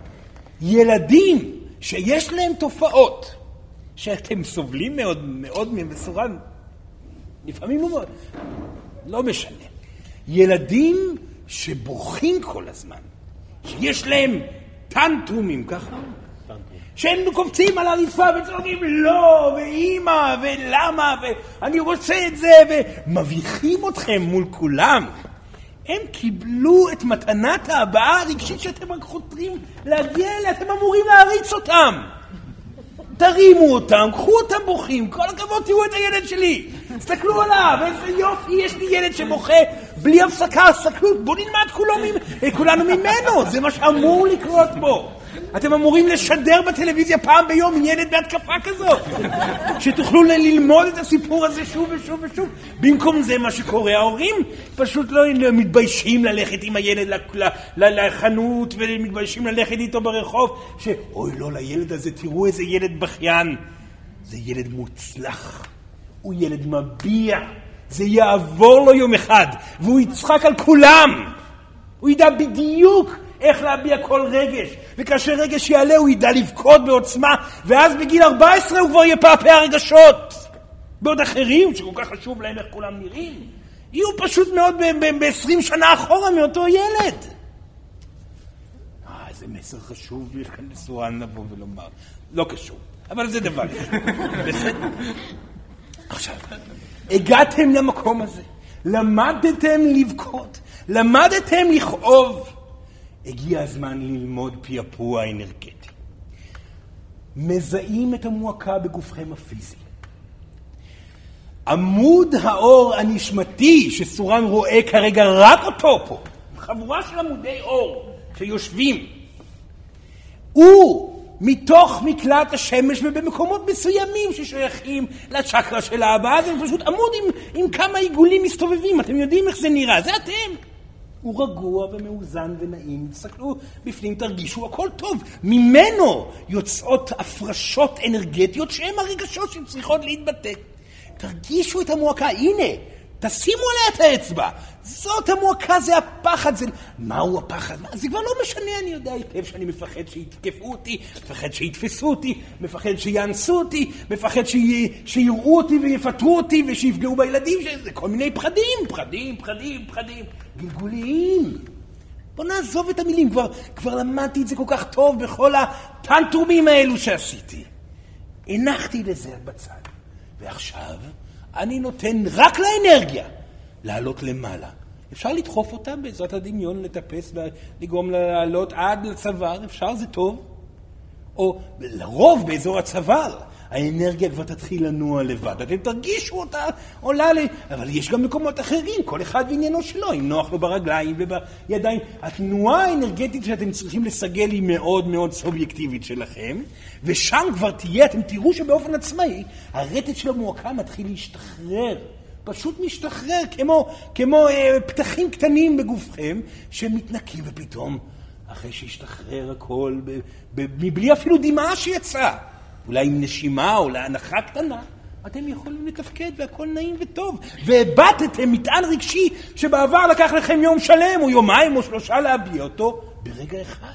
ילדים שיש להם תופעות, שאתם סובלים מאוד מאוד מהם, וסורן, לפעמים לא מאוד, לא משנה. ילדים שבוכים כל הזמן, שיש להם טנטרומים, ככה? שהם קופצים על הרצפה וצורקים לא, ואמא, ולמה, ואני רוצה את זה, ומביכים אתכם מול כולם. הם קיבלו את מתנת ההבעה הרגשית שאתם רק חותרים להגיע אליה, אתם אמורים להריץ אותם. תרימו אותם, קחו אותם בוכים, כל הכבוד תראו את הילד שלי, תסתכלו עליו, איזה יופי, יש לי ילד שבוכה בלי הפסקה, סתכלו, בוא נלמד כולנו ממנו, זה מה שאמור לקרות בו. אתם אמורים לשדר בטלוויזיה פעם ביום עם ילד בהתקפה כזאת, שתוכלו ללמוד את הסיפור הזה שוב ושוב ושוב. במקום זה מה שקורה, ההורים פשוט לא מתביישים ללכת עם הילד לחנות ומתביישים ללכת איתו ברחוב, שאוי לא, לילד הזה תראו איזה ילד בכיין. זה ילד מוצלח, הוא ילד מביע, זה יעבור לו יום אחד והוא יצחק על כולם, הוא ידע בדיוק איך להביע כל רגש, וכאשר רגש יעלה הוא ידע לבכות בעוצמה, ואז בגיל ארבע עשרה הוא כבר יפעפע הרגשות. בעוד אחרים שכל כך חשוב להם איך כולם נראים, יהיו פשוט מאוד ב-עשרים שנה אחורה מאותו ילד. אה, איזה מסר חשוב יש כאן לסורן לבוא ולומר. לא קשור, אבל זה דבר. בסדר. עכשיו, הגעתם למקום הזה, למדתם לבכות, למדתם לכאוב, הגיע הזמן ללמוד פעפוע אנרגטי. מזהים את המועקה בגופכם הפיזי. עמוד האור הנשמתי שסורן רואה כרגע רק אותו פה, חבורה של עמודי אור שיושבים, הוא מתוך מקלט השמש ובמקומות מסוימים ששייכים לצ'קרה של ההבאה, זה פשוט עמוד עם, עם כמה עיגולים מסתובבים, אתם יודעים איך זה נראה, זה אתם. הוא רגוע ומאוזן ונעים, תסתכלו בפנים, תרגישו, הכל טוב. ממנו יוצאות הפרשות אנרגטיות שהן הרגשות שצריכות להתבטא. תרגישו את המועקה, הנה, תשימו עליה את האצבע. זאת המועקה, זה הפחד. זה... מהו הפחד? זה כבר לא משנה, אני יודע היטב שאני מפחד שיתקפו אותי, מפחד שיתפסו אותי, מפחד שיאנסו אותי, מפחד שי... שיראו אותי ויפטרו אותי ושיפגעו בילדים. זה כל מיני פחדים, פחדים, פחדים, פחדים. גלגוליים. בוא נעזוב את המילים, כבר, כבר למדתי את זה כל כך טוב בכל הטנטרומים האלו שעשיתי. הנחתי לזה בצד. ועכשיו אני נותן רק לאנרגיה לעלות למעלה. אפשר לדחוף אותה בעזרת הדמיון, לטפס ולגרום לעלות עד לצוואר, אפשר, זה טוב. או לרוב באזור הצוואר, האנרגיה כבר תתחיל לנוע לבד. אתם תרגישו אותה עולה לי, אבל יש גם מקומות אחרים, כל אחד ועניינו שלו, אם נוח לו ברגליים ובידיים. התנועה האנרגטית שאתם צריכים לסגל היא מאוד מאוד סובייקטיבית שלכם, ושם כבר תהיה, אתם תראו שבאופן עצמאי, הרטט של המועקה מתחיל להשתחרר. פשוט משתחרר, כמו, כמו אה, פתחים קטנים בגופכם, שמתנקים ופתאום, אחרי שהשתחרר הכל, ב, ב, מבלי אפילו דמעה שיצאה, אולי עם נשימה או להנחה קטנה, אתם יכולים לתפקד והכל נעים וטוב. והבטתם מטען רגשי שבעבר לקח לכם יום שלם או יומיים או שלושה להביע אותו ברגע אחד.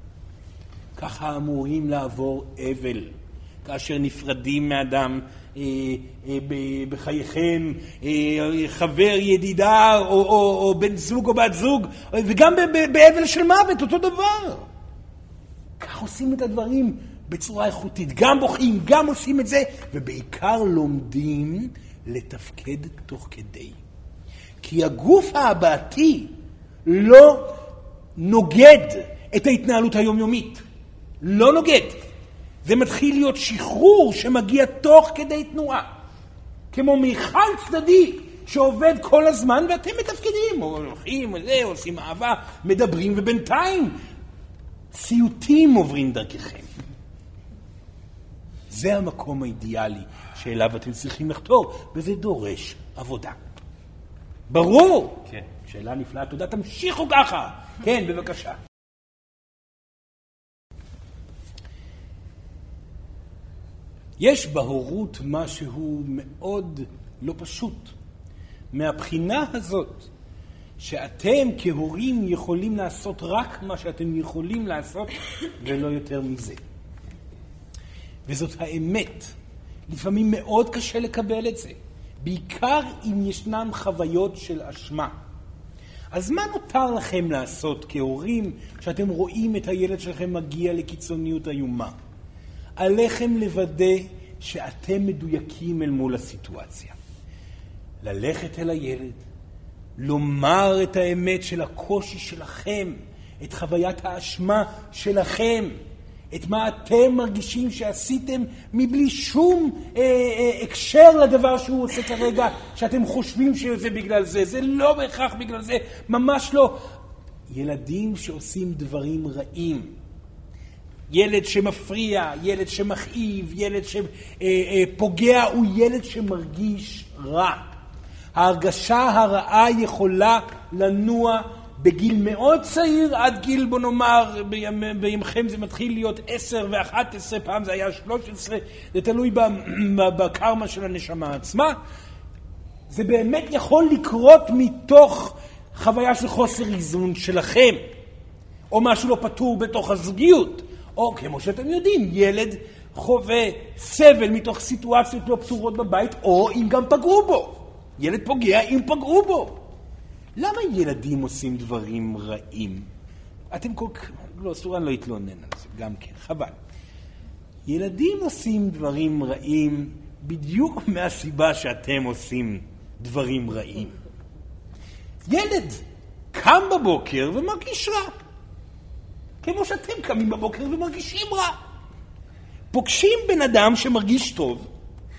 ככה אמורים לעבור אבל. כאשר נפרדים מאדם אה, אה, בחייכם, אה, חבר, ידידה או, או, או בן זוג או בת זוג, וגם באבל של מוות, אותו דבר. כך עושים את הדברים בצורה איכותית, גם בוכים, גם עושים את זה, ובעיקר לומדים לתפקד תוך כדי. כי הגוף ההבעתי לא נוגד את ההתנהלות היומיומית. לא נוגד. זה מתחיל להיות שחרור שמגיע תוך כדי תנועה. כמו מיכל צדדי שעובד כל הזמן ואתם מתפקדים. הולכים, עושים אהבה, מדברים ובינתיים סיוטים עוברים דרככם. זה המקום האידיאלי שאליו אתם צריכים לחתור, וזה דורש עבודה. ברור? כן. שאלה נפלאה, תודה, תמשיכו ככה. כן, בבקשה. יש בהורות משהו מאוד לא פשוט. מהבחינה הזאת, שאתם כהורים יכולים לעשות רק מה שאתם יכולים לעשות, ולא יותר מזה. וזאת האמת. לפעמים מאוד קשה לקבל את זה. בעיקר אם ישנן חוויות של אשמה. אז מה נותר לכם לעשות כהורים שאתם רואים את הילד שלכם מגיע לקיצוניות איומה? עליכם לוודא שאתם מדויקים אל מול הסיטואציה. ללכת אל הילד, לומר את האמת של הקושי שלכם, את חוויית האשמה שלכם, את מה אתם מרגישים שעשיתם מבלי שום אה, אה, הקשר לדבר שהוא עושה כרגע, שאתם חושבים שזה בגלל זה. זה לא בהכרח בגלל זה, ממש לא. ילדים שעושים דברים רעים, ילד שמפריע, ילד שמכאיב, ילד שפוגע, הוא ילד שמרגיש רע. ההרגשה הרעה יכולה לנוע בגיל מאוד צעיר עד גיל, בוא נאמר, בימכם זה מתחיל להיות עשר ואחת עשרה, פעם זה היה שלוש עשרה, זה תלוי בקרמה של הנשמה עצמה. זה באמת יכול לקרות מתוך חוויה של חוסר איזון שלכם, או משהו לא פתור בתוך הזוגיות, או כמו שאתם יודעים, ילד חווה סבל מתוך סיטואציות לא פתורות בבית, או אם גם פגעו בו. ילד פוגע אם פגעו בו. למה ילדים עושים דברים רעים? אתם כל כך... לא, סורן לא יתלונן על זה, גם כן, חבל. ילדים עושים דברים רעים בדיוק מהסיבה שאתם עושים דברים רעים. ילד קם בבוקר ומרגיש רע. כמו שאתם קמים בבוקר ומרגישים רע. פוגשים בן אדם שמרגיש טוב,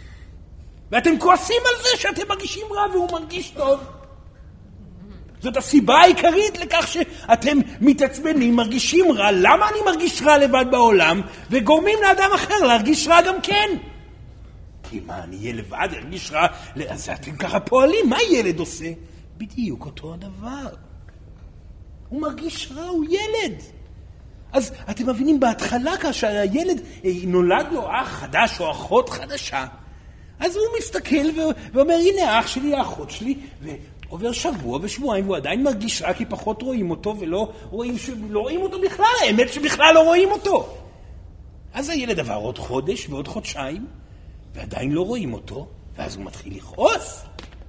ואתם כועסים על זה שאתם מרגישים רע והוא מרגיש טוב. זאת הסיבה העיקרית לכך שאתם מתעצבנים, מרגישים רע. למה אני מרגיש רע לבד בעולם, וגורמים לאדם אחר להרגיש רע גם כן? כי מה, אני אהיה לבד, ארגיש רע, אז אתם ככה פועלים. מה ילד עושה? בדיוק אותו הדבר. הוא מרגיש רע, הוא ילד. אז אתם מבינים, בהתחלה כאשר הילד נולד לו אח חדש או אחות חדשה, אז הוא מסתכל ואומר, הנה האח שלי, האחות שלי, ועובר שבוע ושבועיים, והוא עדיין מרגיש רע כי פחות רואים אותו, ולא רואים, ש... לא רואים אותו בכלל, האמת שבכלל לא רואים אותו. אז הילד עבר עוד חודש ועוד חודשיים, ועדיין לא רואים אותו, ואז הוא מתחיל לכעוס.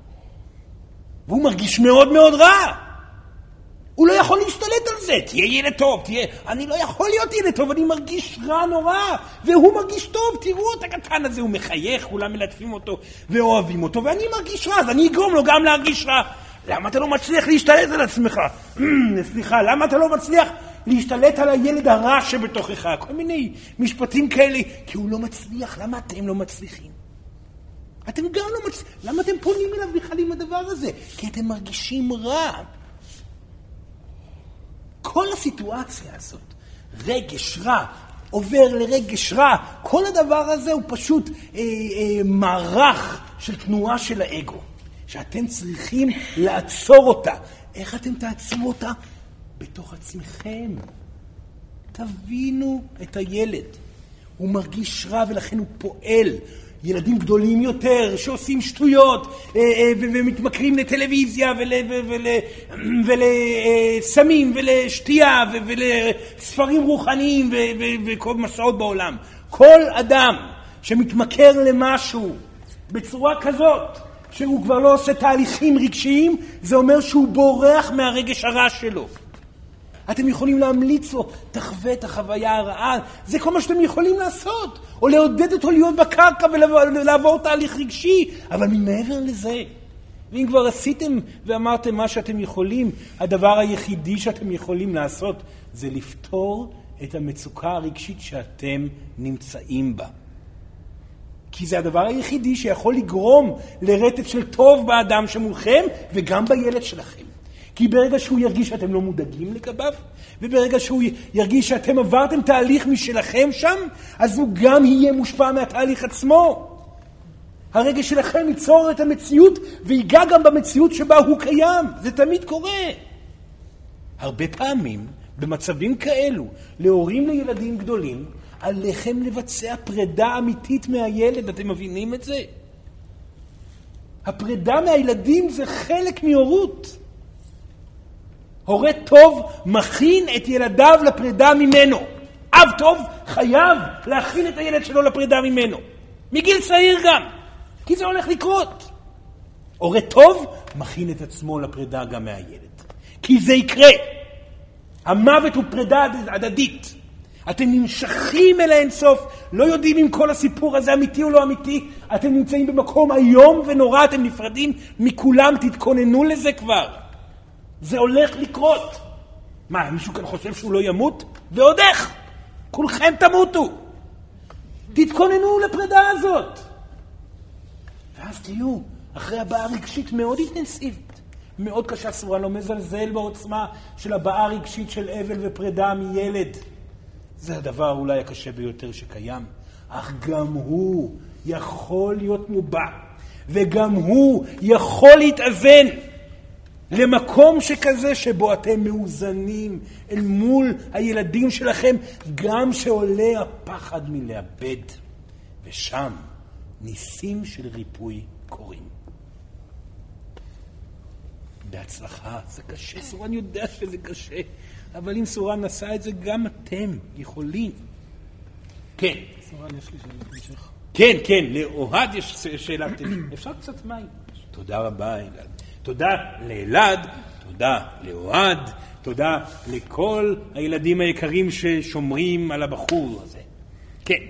והוא מרגיש מאוד מאוד רע. הוא לא יכול להשתלט על זה. תהיה ילד טוב, תהיה... אני לא יכול להיות ילד טוב, אני מרגיש רע נורא. והוא מרגיש טוב, תראו את הקטן הזה, הוא מחייך, כולם מלטפים אותו ואוהבים אותו, ואני מרגיש רע, אז אני אגרום לו גם להרגיש רע. למה אתה לא מצליח להשתלט על עצמך? סליחה, למה אתה לא מצליח להשתלט על הילד הרע שבתוכך? כל מיני משפטים כאלה, כי הוא לא מצליח. למה אתם לא מצליחים? אתם גם לא מצליחים. למה אתם פונים אליו בכלל עם הדבר הזה? כי אתם מרגישים רע. כל הסיטואציה הזאת, רגש רע, עובר לרגש רע, כל הדבר הזה הוא פשוט אה, אה, מערך של תנועה של האגו, שאתם צריכים לעצור אותה. איך אתם תעצרו אותה? בתוך עצמכם. תבינו את הילד. הוא מרגיש רע ולכן הוא פועל. ילדים גדולים יותר שעושים שטויות ומתמכרים לטלוויזיה ולסמים ולשתייה ולספרים רוחניים וכל מסעות בעולם. כל אדם שמתמכר למשהו בצורה כזאת שהוא כבר לא עושה תהליכים רגשיים, זה אומר שהוא בורח מהרגש הרע שלו. אתם יכולים להמליץ לו, תחווה את החוויה הרעה, זה כל מה שאתם יכולים לעשות, או לעודד אותו להיות בקרקע ולעבור תהליך רגשי, אבל ממעבר לזה, ואם כבר עשיתם ואמרתם מה שאתם יכולים, הדבר היחידי שאתם יכולים לעשות זה לפתור את המצוקה הרגשית שאתם נמצאים בה. כי זה הדבר היחידי שיכול לגרום לרטט של טוב באדם שמולכם וגם בילד שלכם. כי ברגע שהוא ירגיש שאתם לא מודאגים לגביו, וברגע שהוא ירגיש שאתם עברתם תהליך משלכם שם, אז הוא גם יהיה מושפע מהתהליך עצמו. הרגש שלכם ייצור את המציאות ויגע גם במציאות שבה הוא קיים. זה תמיד קורה. הרבה פעמים במצבים כאלו, להורים לילדים גדולים, עליכם לבצע פרידה אמיתית מהילד. אתם מבינים את זה? הפרידה מהילדים זה חלק מהורות. הורה טוב מכין את ילדיו לפרידה ממנו. אב טוב חייב להכין את הילד שלו לפרידה ממנו. מגיל צעיר גם. כי זה הולך לקרות. הורה טוב מכין את עצמו לפרידה גם מהילד. כי זה יקרה. המוות הוא פרידה הדדית. אתם נמשכים אל האינסוף, לא יודעים אם כל הסיפור הזה אמיתי או לא אמיתי. אתם נמצאים במקום היום ונורא, אתם נפרדים מכולם, תתכוננו לזה כבר. זה הולך לקרות. מה, מישהו כאן חושב שהוא לא ימות? ועוד איך? כולכם תמותו. תתכוננו לפרידה הזאת. ואז תהיו אחרי הבעה רגשית מאוד אינטנסיבית. מאוד קשה, סורן לא מזלזל בעוצמה של הבעה רגשית של אבל ופרידה מילד. זה הדבר אולי הקשה ביותר שקיים. אך גם הוא יכול להיות מובע. וגם הוא יכול להתאזן למקום שכזה שבו אתם מאוזנים אל מול הילדים שלכם, גם שעולה הפחד מלאבד. ושם ניסים של ריפוי קורים. בהצלחה. זה קשה, סורן יודע שזה קשה. אבל אם סורן עשה את זה, גם אתם יכולים. כן. סורן, יש לי שאלת המשך. כן, כן, לאוהד יש שאלת המשך. אפשר קצת מים? תודה רבה, אלעד. תודה לאלעד, תודה לאוהד, תודה לכל הילדים היקרים ששומרים על הבחור הזה. כן.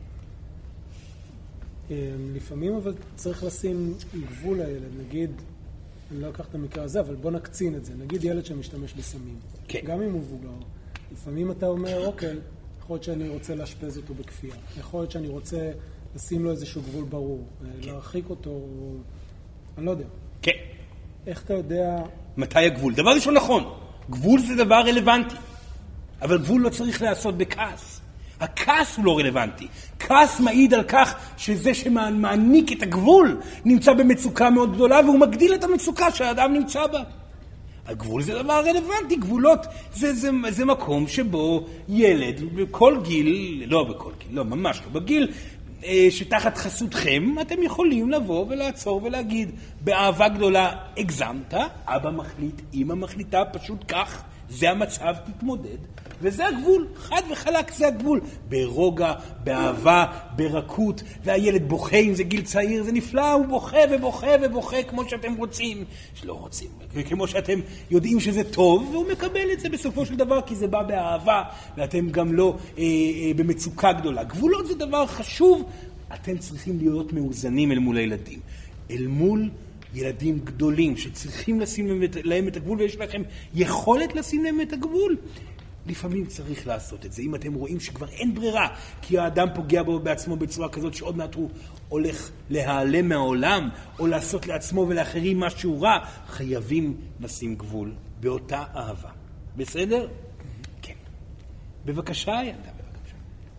לפעמים אבל צריך לשים גבול לילד, נגיד, אני לא אקח את המקרה הזה, אבל בוא נקצין את זה. נגיד ילד שמשתמש בסמים. כן. גם אם הוא מבוגר. לפעמים אתה אומר, אוקיי, יכול להיות שאני רוצה להשפז אותו בכפייה. יכול להיות שאני רוצה לשים לו איזשהו גבול ברור. כן. להרחיק אותו, אני לא יודע. כן. איך אתה יודע... מתי הגבול? דבר ראשון נכון. גבול זה דבר רלוונטי. אבל גבול לא צריך לעשות בכעס. הכעס הוא לא רלוונטי. כעס מעיד על כך שזה שמעניק את הגבול נמצא במצוקה מאוד גדולה, והוא מגדיל את המצוקה שהאדם נמצא בה. הגבול זה דבר רלוונטי. גבולות זה, זה, זה מקום שבו ילד בכל גיל, לא בכל גיל, לא ממש לא בגיל, שתחת חסותכם אתם יכולים לבוא ולעצור ולהגיד באהבה גדולה, הגזמת, אבא מחליט, אמא מחליטה, פשוט כך, זה המצב, תתמודד. וזה הגבול, חד וחלק זה הגבול. ברוגע, באהבה, ברכות, והילד בוכה, אם זה גיל צעיר, זה נפלא, הוא בוכה ובוכה ובוכה כמו שאתם רוצים, שלא רוצים, כמו שאתם יודעים שזה טוב, והוא מקבל את זה בסופו של דבר, כי זה בא באהבה, ואתם גם לא אה, אה, במצוקה גדולה. גבולות זה דבר חשוב, אתם צריכים להיות מאוזנים אל מול הילדים. אל מול ילדים גדולים שצריכים לשים להם את הגבול, ויש לכם יכולת לשים להם את הגבול. לפעמים צריך לעשות את זה. אם אתם רואים שכבר אין ברירה, כי האדם פוגע בו בעצמו בצורה כזאת שעוד מעט הוא הולך להיעלם מהעולם, או לעשות לעצמו ולאחרים משהו רע, חייבים לשים גבול באותה אהבה. בסדר? כן. בבקשה, ילדה, בבקשה.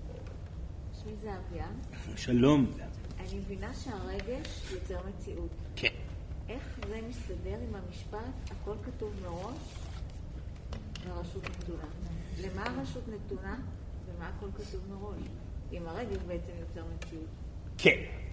שמי זה אביה. שלום. אני מבינה שהרגש יוצר מציאות. כן. איך זה מסתדר עם המשפט, הכל כתוב מראש, והרשות נתונה? למה הרשות נתונה ומה הכל כתוב מראש? אם הרגש בעצם יוצר מציאות. כן.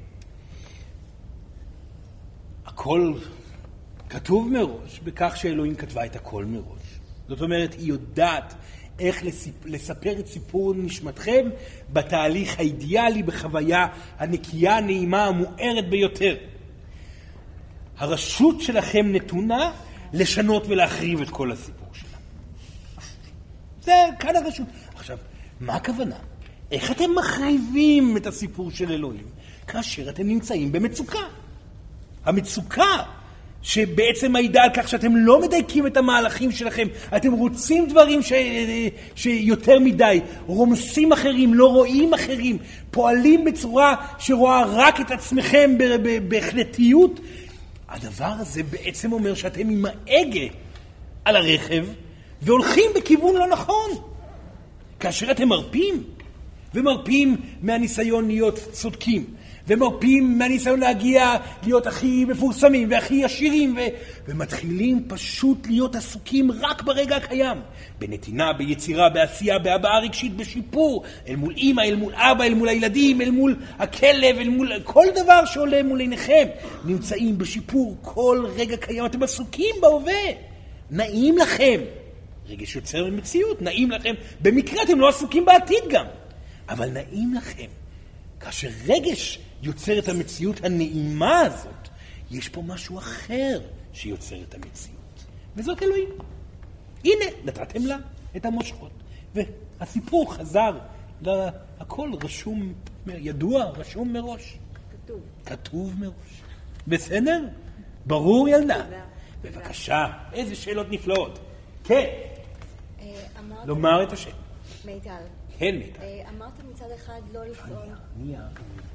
הכל כתוב מראש בכך שאלוהים כתבה את הכל מראש. זאת אומרת, היא יודעת איך לספר את סיפור נשמתכם בתהליך האידיאלי, בחוויה הנקייה, הנעימה, המוארת ביותר. הרשות שלכם נתונה לשנות ולהחריב את כל הסיפור שלה. זה כאן הרשות. עכשיו, מה הכוונה? איך אתם מחריבים את הסיפור של אלוהים כאשר אתם נמצאים במצוקה? המצוקה שבעצם מעידה על כך שאתם לא מדייקים את המהלכים שלכם, אתם רוצים דברים ש... שיותר מדי, רומסים אחרים, לא רואים אחרים, פועלים בצורה שרואה רק את עצמכם בהחלטיות, הדבר הזה בעצם אומר שאתם עם ההגה על הרכב והולכים בכיוון לא נכון. כאשר אתם מרפים, ומרפים מהניסיון להיות צודקים, ומרפים מהניסיון להגיע להיות הכי מפורסמים והכי עשירים, ו... ומתחילים פשוט להיות עסוקים רק ברגע הקיים, בנתינה, ביצירה, בעשייה, בהבעה רגשית, בשיפור, אל מול אמא, אל מול אבא, אל מול הילדים, אל מול הכלב, אל מול כל דבר שעולה מול עיניכם, נמצאים בשיפור כל רגע קיים, אתם עסוקים בהווה, נעים לכם, רגש יוצר מציאות, נעים לכם, במקרה אתם לא עסוקים בעתיד גם, אבל נעים לכם. כאשר רגש יוצר את המציאות הנעימה הזאת, יש פה משהו אחר שיוצר את המציאות. וזאת אלוהים. הנה, נתתם לה את המושכות. והסיפור חזר, הכל רשום, ידוע, רשום מראש. כתוב. כתוב מראש. בסדר? ברור ילדה. בבקשה, איזה שאלות נפלאות. כן. לומר את השם. מיטל. כן, מיטל. אמרת מצד אחד לא לפעול. מי ה...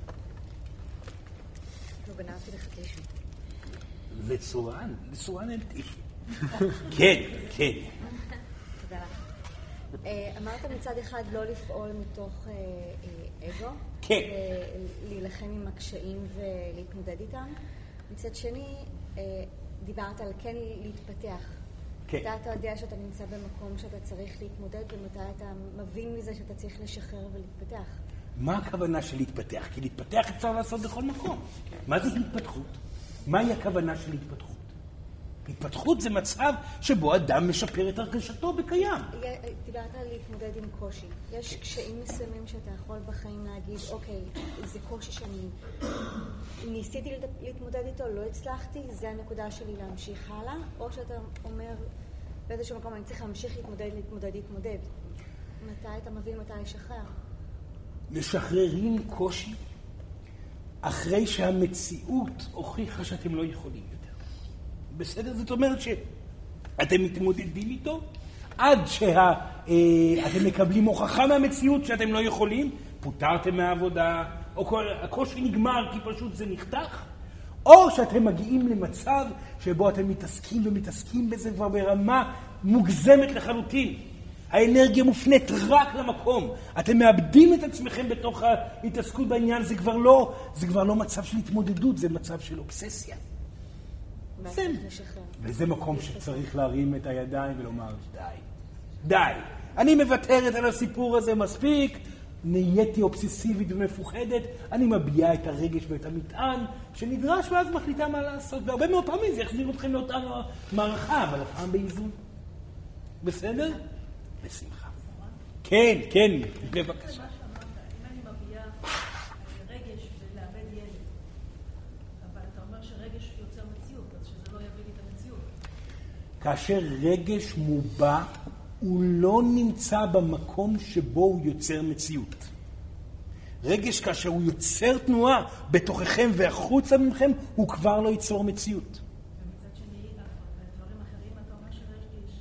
לא גנבתי לך טישו. לצורן, לצורן אין טישו. כן, כן. תודה לך. אמרת מצד אחד לא לפעול מתוך אגו. כן. להילחם עם הקשיים ולהתמודד איתם. מצד שני, דיברת על כן להתפתח. כן. מתי אתה יודע שאתה נמצא במקום שאתה צריך להתמודד, ומתי אתה מבין מזה שאתה צריך לשחרר ולהתפתח? מה הכוונה של להתפתח? כי להתפתח אפשר לעשות בכל מקום. מה זה התפתחות? מהי הכוונה של התפתחות? התפתחות זה מצב שבו אדם משפר את הרגשתו בקיים. דיברת על להתמודד עם קושי. יש קשיים מסוימים שאתה יכול בחיים להגיד, אוקיי, זה קושי שאני ניסיתי להתמודד איתו, לא הצלחתי, זה הנקודה שלי להמשיך הלאה, או שאתה אומר, באיזשהו מקום אני צריך להמשיך להתמודד, להתמודד, להתמודד. מתי אתה מבין מתי לשחרר? משחררים קושי אחרי שהמציאות הוכיחה שאתם לא יכולים יותר. בסדר? זאת אומרת שאתם מתמודדים איתו עד שאתם מקבלים הוכחה מהמציאות שאתם לא יכולים, פוטרתם מהעבודה, או כל, הקושי נגמר כי פשוט זה נחתך, או שאתם מגיעים למצב שבו אתם מתעסקים ומתעסקים בזה כבר ברמה מוגזמת לחלוטין. האנרגיה מופנית רק למקום. אתם מאבדים את עצמכם בתוך ההתעסקות בעניין. זה כבר לא, זה כבר לא מצב של התמודדות, זה מצב של אובססיה. וזה מקום שצריך להרים את הידיים ולומר, די, די. אני מוותרת על הסיפור הזה מספיק, נהייתי אובססיבית ומפוחדת, אני מביעה את הרגש ואת המטען שנדרש, ואז מחליטה מה לעשות. והרבה מאוד פעמים זה יחזיר אתכם לאותה מערכה, אבל הפעם באיזון. בסדר? בשמחה. כן, כן, בבקשה. אם אני מביעה רגש ולאבד ילד, אבל אתה אומר שרגש יוצר מציאות, אז שזה לא יביא לי את המציאות. כאשר רגש מובע, הוא לא נמצא במקום שבו הוא יוצר מציאות. רגש כאשר הוא יוצר תנועה בתוככם והחוצה ממכם, הוא כבר לא ייצור מציאות. ומצד שני, בדברים אחרים אתה אומר שרגש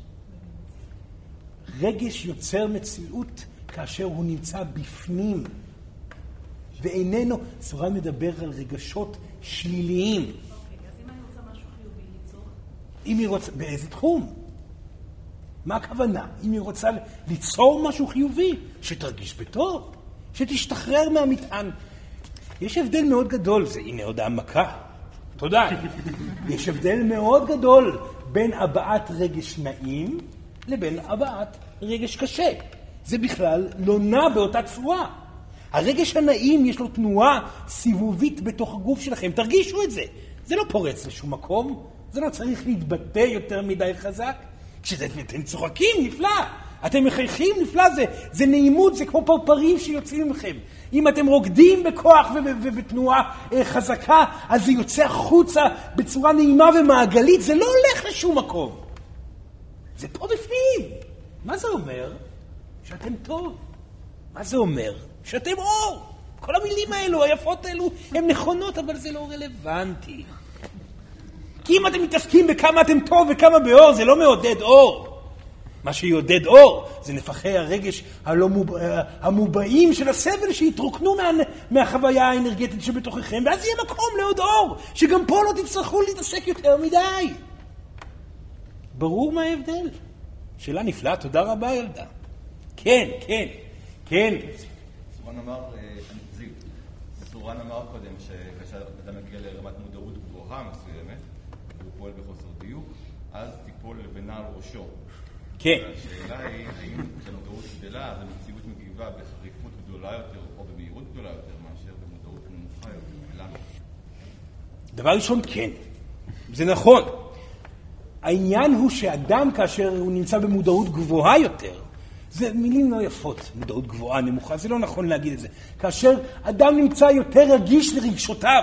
רגש יוצר מציאות כאשר הוא נמצא בפנים ואיננו. סורן מדבר על רגשות שליליים. אוקיי, אז אם אני רוצה משהו חיובי ליצור? אם היא רוצה, באיזה תחום? מה הכוונה? אם היא רוצה ליצור משהו חיובי, שתרגיש בטוב, שתשתחרר מהמטען. יש הבדל מאוד גדול, זה הנה עוד העמקה. תודה. יש הבדל מאוד גדול בין הבעת רגש נעים לבין הבעת רגש קשה. זה בכלל לא נע באותה צורה. הרגש הנעים יש לו תנועה סיבובית בתוך הגוף שלכם. תרגישו את זה. זה לא פורץ לשום מקום. זה לא צריך להתבטא יותר מדי חזק. כשאתם צוחקים, נפלא. אתם מחייכים, נפלא. זה, זה נעימות, זה כמו פרפרים שיוצאים ממכם. אם אתם רוקדים בכוח ובתנועה חזקה, אז זה יוצא החוצה בצורה נעימה ומעגלית. זה לא הולך לשום מקום. זה פה בפנים. מה זה אומר? שאתם טוב. מה זה אומר? שאתם אור. כל המילים האלו, היפות האלו, הן נכונות, אבל זה לא רלוונטי. כי אם אתם מתעסקים בכמה אתם טוב וכמה באור, זה לא מעודד אור. מה שיעודד אור זה נפחי הרגש הלא מוב... המובעים של הסבל שהתרוקנו מה... מהחוויה האנרגטית שבתוככם, ואז יהיה מקום לעוד אור, שגם פה לא תצטרכו להתעסק יותר מדי. ברור מה ההבדל? שאלה נפלאה, תודה רבה ילדה. כן, כן, כן. סורן אמר, זיו, סורן אמר קודם שכאשר אדם מגיע לרמת מודעות גבוהה מסוימת, והוא פועל בחוסר דיוק, אז תיפול לבנה על ראשו. כן. השאלה היא, האם כשהמודעות גדלה, אז המציאות מגיבה בחריפות גדולה יותר, או במהירות גדולה יותר, מאשר במודעות נמוכה יותר? למה? דבר ראשון, כן. זה נכון. העניין הוא שאדם, כאשר הוא נמצא במודעות גבוהה יותר, זה מילים לא יפות, מודעות גבוהה, נמוכה, זה לא נכון להגיד את זה. כאשר אדם נמצא יותר רגיש לרגשותיו,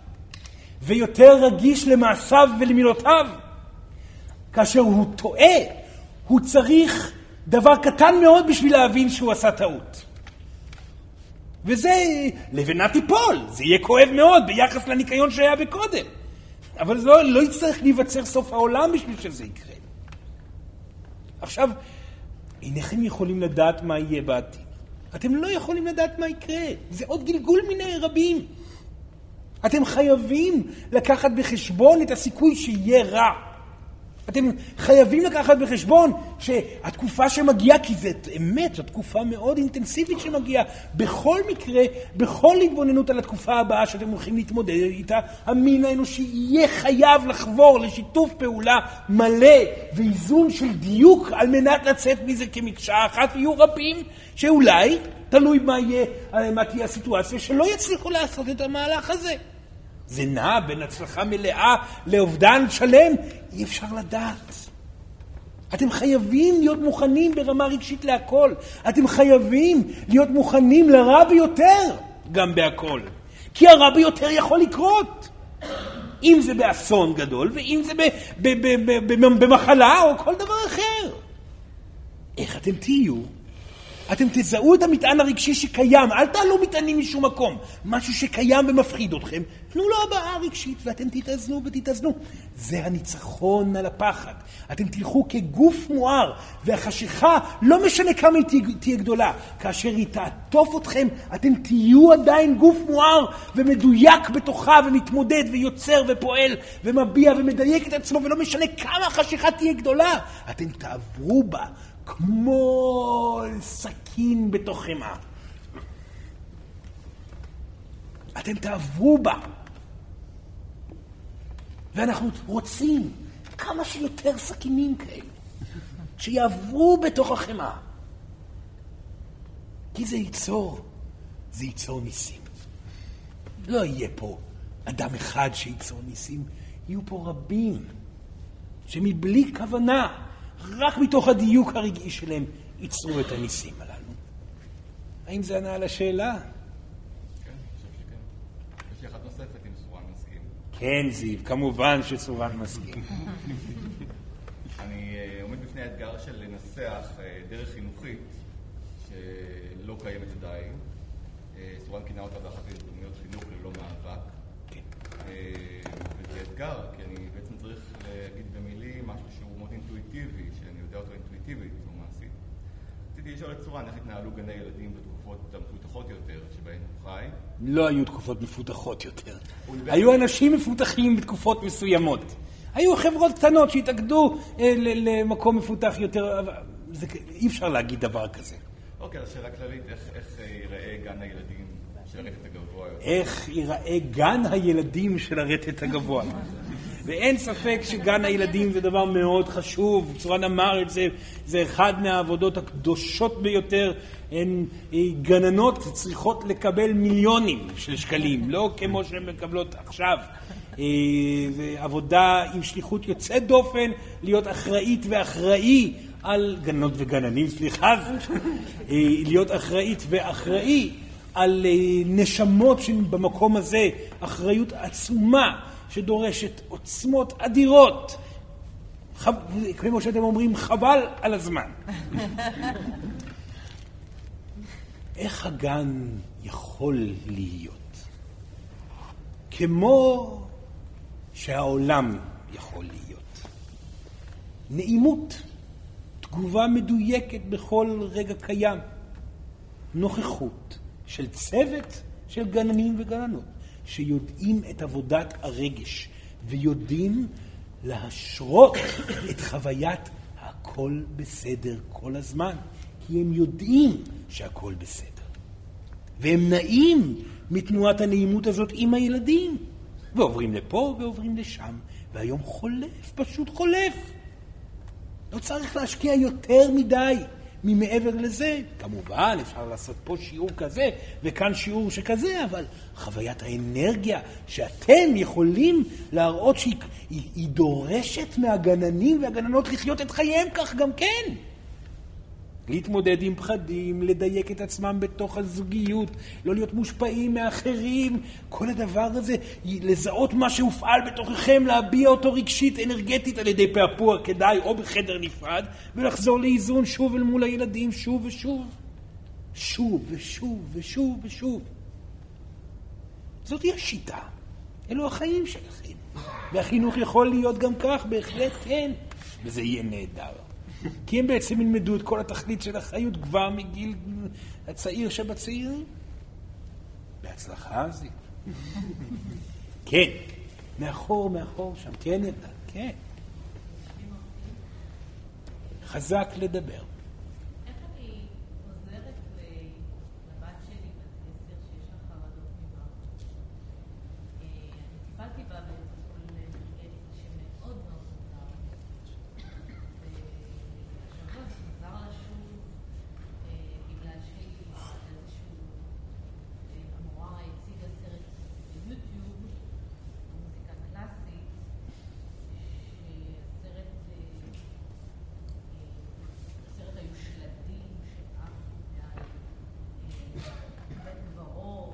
ויותר רגיש למעשיו ולמילותיו, כאשר הוא טועה, הוא צריך דבר קטן מאוד בשביל להבין שהוא עשה טעות. וזה לבנה תיפול, זה יהיה כואב מאוד ביחס לניקיון שהיה בקודם. אבל זה לא, לא יצטרך להיווצר סוף העולם בשביל שזה יקרה. עכשיו, אינכם יכולים לדעת מה יהיה בעתיד. אתם לא יכולים לדעת מה יקרה. זה עוד גלגול מיני רבים. אתם חייבים לקחת בחשבון את הסיכוי שיהיה רע. אתם חייבים לקחת בחשבון שהתקופה שמגיעה, כי זה אמת, זו תקופה מאוד אינטנסיבית שמגיעה, בכל מקרה, בכל התבוננות על התקופה הבאה שאתם הולכים להתמודד איתה, המין האנושי יהיה חייב לחבור לשיתוף פעולה מלא ואיזון של דיוק על מנת לצאת מזה כמקשה אחת, ויהיו רבים שאולי, תלוי מה יהיה, מה תהיה הסיטואציה, שלא יצליחו לעשות את המהלך הזה. זה נע בין הצלחה מלאה לאובדן שלם, אי אפשר לדעת. אתם חייבים להיות מוכנים ברמה רגשית להכל. אתם חייבים להיות מוכנים לרע ביותר גם בהכל. כי הרע ביותר יכול לקרות. אם זה באסון גדול, ואם זה ב- ב- ב- ב- ב- במחלה או כל דבר אחר. איך אתם תהיו? אתם תזהו את המטען הרגשי שקיים, אל תעלו מטענים משום מקום. משהו שקיים ומפחיד אתכם, תנו לו הבאה רגשית ואתם תתאזנו ותתאזנו. זה הניצחון על הפחד. אתם תלכו כגוף מואר, והחשיכה לא משנה כמה היא תהיה גדולה. כאשר היא תעטוף אתכם, אתם תהיו עדיין גוף מואר ומדויק בתוכה ומתמודד ויוצר ופועל ומביע ומדייק את עצמו, ולא משנה כמה החשיכה תהיה גדולה. אתם תעברו בה. כמו סכין בתוך חמה. אתם תעברו בה. ואנחנו רוצים כמה שיותר סכינים כאלה, שיעברו בתוך החמה. כי זה ייצור, זה ייצור ניסים. לא יהיה פה אדם אחד שייצור ניסים, יהיו פה רבים, שמבלי כוונה, רק מתוך הדיוק הרגעי שלהם ייצרו את הניסים הללו. האם זה ענה על השאלה? כן, אני חושב שכן. יש לי אחת נוספת אם סורן מסכים. כן, זיו, כמובן שסורן מסכים. אני עומד בפני האתגר של לנסח דרך חינוכית שלא קיימת עדיין. סורן כינה אותה באחת ההזדמנויות חינוך ללא מאבק. כן. וזה אתגר, כי אני בעצם צריך להגיד במילים משהו שהוא מאוד אינטואיטיבי, שאני יודע אותו אינטואיטיבית או מעשית. רציתי לשאול את סורן איך התנהלו גני ילדים בתקופות המפותחות יותר שבהן הוא חי. לא היו תקופות מפותחות יותר. היו אנשים מפותחים בתקופות מסוימות. היו חברות קטנות שהתאגדו אה, למקום מפותח יותר, אבל זה, אי אפשר להגיד דבר כזה. אוקיי, אז שאלה כללית, איך, איך ייראה גן הילדים של הרטט הגבוה יותר? איך ייראה גן הילדים של הרטט הגבוה? ואין ספק שגן הילדים זה דבר מאוד חשוב. סורן אמר את זה, זה אחד מהעבודות הקדושות ביותר. הן גננות צריכות לקבל מיליונים של שקלים, לא כמו שהן מקבלות עכשיו. זה עבודה עם שליחות יוצאת דופן, להיות אחראית ואחראי על גננות וגננים, סליחה, להיות אחראית ואחראי על נשמות שבמקום הזה, אחריות עצומה שדורשת עוצמות אדירות. חב... כמו שאתם אומרים, חבל על הזמן. איך הגן יכול להיות? כמו שהעולם יכול להיות. נעימות, תגובה מדויקת בכל רגע קיים. נוכחות של צוות של גננים וגננות, שיודעים את עבודת הרגש, ויודעים להשרות את חוויית הכל בסדר כל הזמן, כי הם יודעים שהכל בסדר. והם נעים מתנועת הנעימות הזאת עם הילדים, ועוברים לפה ועוברים לשם, והיום חולף, פשוט חולף. לא צריך להשקיע יותר מדי ממעבר לזה. כמובן, אפשר לעשות פה שיעור כזה וכאן שיעור שכזה, אבל חוויית האנרגיה שאתם יכולים להראות שהיא היא, היא דורשת מהגננים והגננות לחיות את חייהם כך גם כן. להתמודד עם פחדים, לדייק את עצמם בתוך הזוגיות, לא להיות מושפעים מאחרים, כל הדבר הזה, לזהות מה שהופעל בתוככם, להביע אותו רגשית, אנרגטית על ידי פעפוע כדאי או בחדר נפרד, ולחזור לאיזון שוב אל מול הילדים, שוב ושוב. שוב ושוב ושוב ושוב. זאת היא השיטה. אלו החיים שלכם. והחינוך יכול להיות גם כך, בהחלט כן. וזה יהיה נהדר. כי הם בעצם ילמדו את כל התכלית של החיות כבר מגיל הצעיר שבצעירים. בהצלחה זה. כן, מאחור, מאחור שם, כן ידע, כן. חזק לדבר. איך אני עוזרת לבת שלי בת עשר שיש לה חרדות ממוות? אני טיפלתי בה בטיפול אנרגטי שמאוד מאוד מותר. והשבוע זה חזר לה שוב בגלל שהיא איזשהו המורה הציגה סרט ביוטיוב, מוזיקה קלאסית, שהסרט הסרט היו שלדים שעפו מעל בית גברות,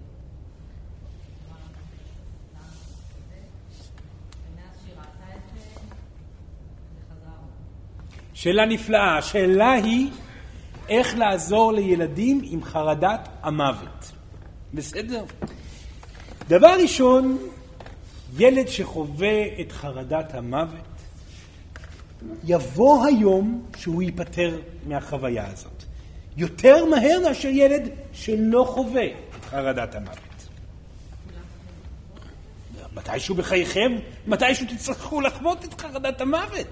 ומאז שהיא ראתה את זה, זה חזר. שאלה נפלאה. השאלה היא איך לעזור לילדים עם חרדת המוות. בסדר? דבר ראשון, ילד שחווה את חרדת המוות, יבוא היום שהוא ייפטר מהחוויה הזאת. יותר מהר מאשר ילד שלא חווה את חרדת המוות. מתישהו בחייכם, מתישהו תצטרכו לחוות את חרדת המוות.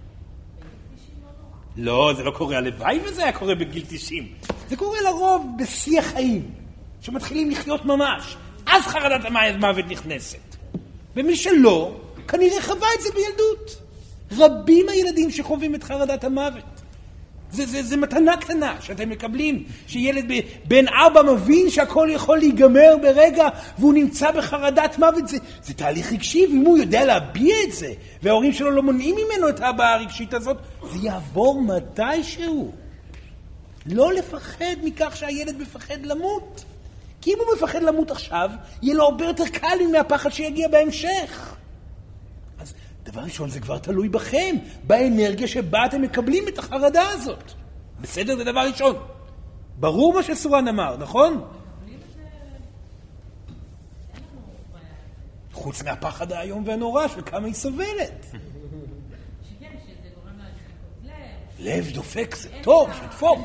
לא, זה לא קורה. הלוואי וזה היה קורה בגיל תשעים. זה קורה לרוב בשיא החיים, שמתחילים לחיות ממש. אז חרדת המוות נכנסת. ומי שלא, כנראה חווה את זה בילדות. רבים הילדים שחווים את חרדת המוות. זה, זה, זה מתנה קטנה שאתם מקבלים, שילד ב, בן ארבע מבין שהכל יכול להיגמר ברגע, והוא נמצא בחרדת מוות. זה, זה תהליך רגשי, ואם הוא יודע להביע את זה, וההורים שלו לא מונעים ממנו את ההבעה הרגשית הזאת, זה יעבור מתישהו. לא לפחד מכך שהילד מפחד למות. כי אם הוא מפחד למות עכשיו, יהיה לו הרבה יותר קל מהפחד שיגיע בהמשך. אז דבר ראשון, זה כבר תלוי בכם, באנרגיה שבה אתם מקבלים את החרדה הזאת. בסדר? זה דבר ראשון. ברור מה שסורן אמר, נכון? חוץ מהפחד האיום והנורא של כמה היא סובלת. שכן, שזה גורם לה דפיקות לב. לב דופק זה טוב, שדפוק.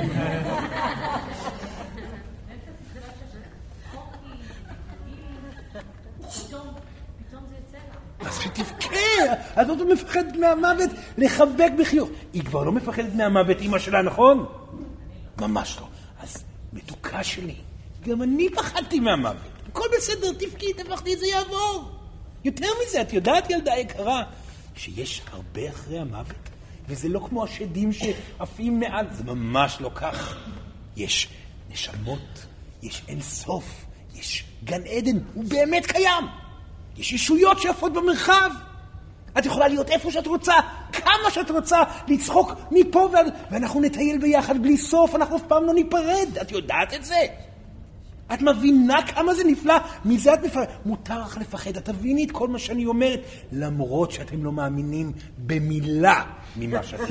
אז שתבכה, אז לא מפחדת מהמוות לחבק בחיוך. היא כבר לא מפחדת מהמוות, אמא שלה, נכון? ממש לא. אז מתוקה שלי, גם אני פחדתי מהמוות. הכל בסדר, תבכי, תפחדי, זה יעבור. יותר מזה, את יודעת, ילדה יקרה, שיש הרבה אחרי המוות, וזה לא כמו השדים שעפים מעל, זה ממש לא כך. יש נשמות, יש אין סוף, יש גן עדן, הוא באמת קיים. יש ישויות שעפות במרחב. את יכולה להיות איפה שאת רוצה, כמה שאת רוצה, לצחוק מפה ועד... ואנחנו נטייל ביחד בלי סוף, אנחנו אף פעם לא ניפרד. את יודעת את זה? את מבינה כמה זה נפלא? מזה את מפחד. מותר לך לפחד. את תביני את כל מה שאני אומרת, למרות שאתם לא מאמינים במילה ממה שאתם.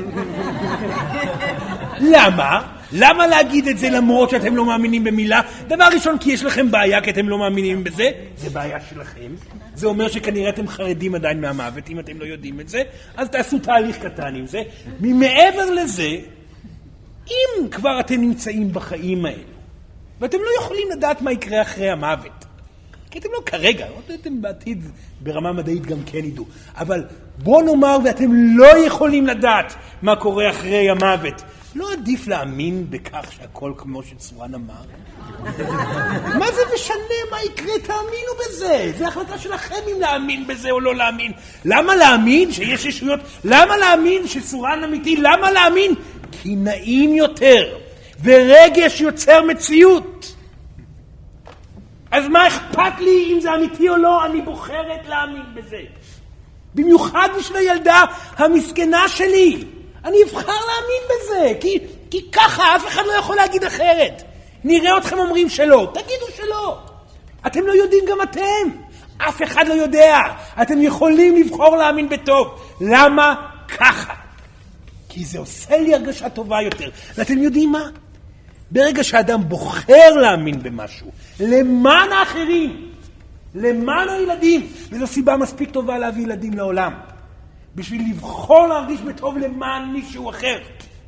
למה? למה להגיד את זה למרות שאתם לא מאמינים במילה? דבר ראשון, כי יש לכם בעיה, כי אתם לא מאמינים בזה. זה בעיה שלכם. זה אומר שכנראה אתם חרדים עדיין מהמוות, אם אתם לא יודעים את זה. אז תעשו תהליך קטן עם זה. ממעבר לזה, אם כבר אתם נמצאים בחיים האלה, ואתם לא יכולים לדעת מה יקרה אחרי המוות. כי אתם לא כרגע, אתם בעתיד ברמה מדעית גם כן ידעו. אבל בוא נאמר ואתם לא יכולים לדעת מה קורה אחרי המוות. לא עדיף להאמין בכך שהכל כמו שצורן אמר? מה זה משנה מה יקרה? תאמינו בזה. זה החלטה שלכם אם להאמין בזה או לא להאמין. למה להאמין שיש ישויות? למה להאמין שצורן אמיתי? למה להאמין? כי נעים יותר. ורגש יוצר מציאות. אז מה אכפת לי אם זה אמיתי או לא? אני בוחרת להאמין בזה. במיוחד בשביל הילדה המסכנה שלי. אני אבחר להאמין בזה. כי, כי ככה אף אחד לא יכול להגיד אחרת. נראה אתכם אומרים שלא. תגידו שלא. אתם לא יודעים גם אתם. אף אחד לא יודע. אתם יכולים לבחור להאמין בטוב. למה ככה? כי זה עושה לי הרגשה טובה יותר. ואתם יודעים מה? ברגע שאדם בוחר להאמין במשהו, למען האחרים, למען הילדים, וזו סיבה מספיק טובה להביא ילדים לעולם, בשביל לבחור להרגיש בטוב למען מישהו אחר.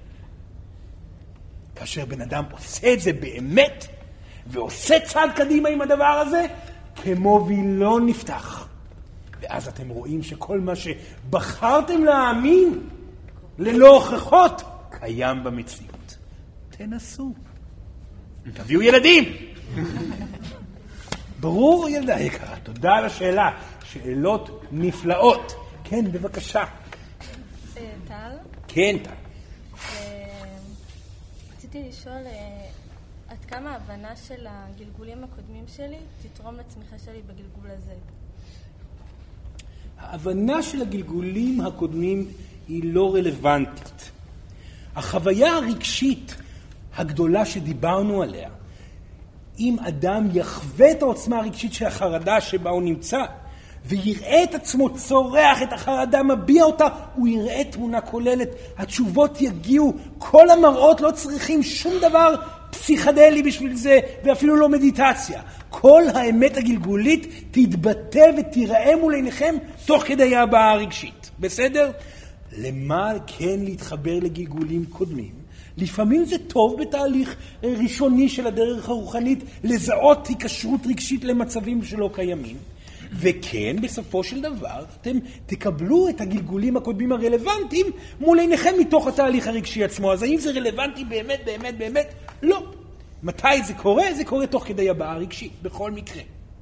כאשר בן אדם עושה את זה באמת, ועושה צעד קדימה עם הדבר הזה, כמו וילון נפתח. ואז אתם רואים שכל מה שבחרתם להאמין, ללא הוכחות, קיים במציאות. תנסו. תביאו ילדים. ברור ילדה יקרה, תודה על השאלה. שאלות נפלאות. כן, בבקשה. טל? כן, טל. רציתי לשאול, עד כמה ההבנה של הגלגולים הקודמים שלי תתרום לצמיחה שלי בגלגול הזה? ההבנה של הגלגולים הקודמים היא לא רלוונטית. החוויה הרגשית הגדולה שדיברנו עליה, אם אדם יחווה את העוצמה הרגשית של החרדה שבה הוא נמצא, ויראה את עצמו צורח את החרדה, מביע אותה, הוא יראה תמונה כוללת, התשובות יגיעו, כל המראות לא צריכים שום דבר פסיכדלי בשביל זה, ואפילו לא מדיטציה. כל האמת הגלגולית תתבטא ותיראה מול עיניכם תוך כדי הבעה הרגשית. בסדר? למה כן להתחבר לגלגולים קודמים? לפעמים זה טוב בתהליך ראשוני של הדרך הרוחנית לזהות היקשרות רגשית למצבים שלא קיימים. וכן, בסופו של דבר, אתם תקבלו את הגלגולים הקודמים הרלוונטיים מול עיניכם מתוך התהליך הרגשי עצמו. אז האם זה רלוונטי באמת, באמת, באמת? לא. מתי זה קורה? זה קורה תוך כדי הבעה רגשית, בכל מקרה.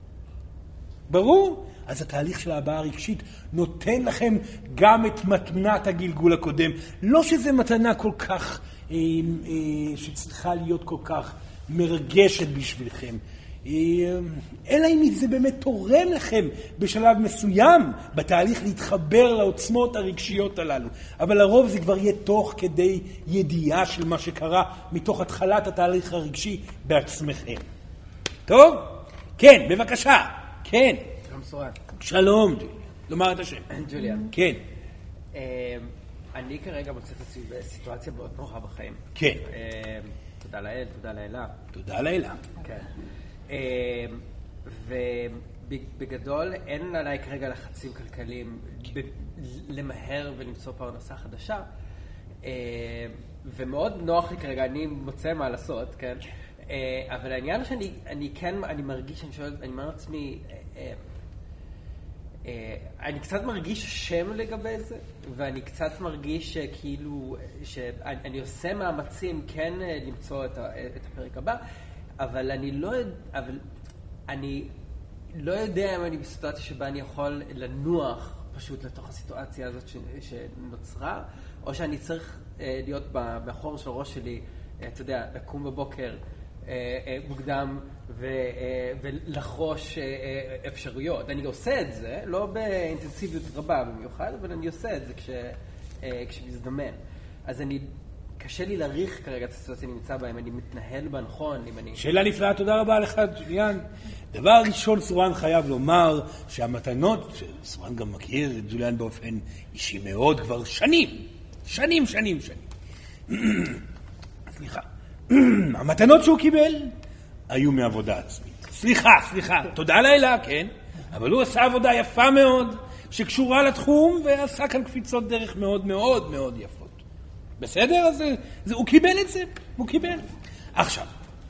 ברור? אז התהליך של ההבעה הרגשית נותן לכם גם את מתנת הגלגול הקודם. לא שזה מתנה כל כך, אה, אה, שצריכה להיות כל כך מרגשת בשבילכם. אלא אם זה באמת תורם לכם בשלב מסוים בתהליך להתחבר לעוצמות הרגשיות הללו. אבל לרוב זה כבר יהיה תוך כדי ידיעה של מה שקרה מתוך התחלת התהליך הרגשי בעצמכם. טוב? כן, בבקשה. כן. שלום סורן. שלום, ג'וליה. לומר את השם. ג'וליה. כן. אני כרגע מוצא את עצמי בסיטואציה מאוד נורא בחיים. כן. תודה לאל, תודה לאלה. תודה לאלה. כן. ובגדול אין עליי כרגע לחצים כלכליים למהר ולמצוא פרנסה חדשה, ומאוד נוח לי כרגע, אני מוצא מה לעשות, כן? אבל העניין הוא שאני אני כן, אני מרגיש, אני שואל, אני אומר לעצמי, אני קצת מרגיש אשם לגבי זה, ואני קצת מרגיש שכאילו, שאני עושה מאמצים כן למצוא את הפרק הבא, אבל אני לא, אבל אני לא יודע אם אני בסיטואציה שבה אני יכול לנוח פשוט לתוך הסיטואציה הזאת שנוצרה, או שאני צריך להיות באחור של הראש שלי, אתה יודע, לקום בבוקר מוקדם ולחרוש אפשרויות. אני עושה את זה, לא באינטנסיביות רבה במיוחד, אבל אני עושה את זה כשמזדמן. אז אני קשה לי להעריך כרגע את הסיטואציה נמצא בה, אם אני מתנהל בה נכון, אם אני... שאלה נפלאה, תודה רבה לך, ג'וליאן. דבר ראשון, סורן חייב לומר שהמתנות, סורן גם מכיר את ג'וליאן באופן אישי מאוד כבר שנים, שנים, שנים, שנים. סליחה. המתנות שהוא קיבל היו מעבודה עצמית. סליחה, סליחה, תודה לילה, כן, אבל הוא עשה עבודה יפה מאוד, שקשורה לתחום, ועשה כאן קפיצות דרך מאוד מאוד מאוד יפות. בסדר? אז זה, זה, הוא קיבל את זה, הוא קיבל. עכשיו,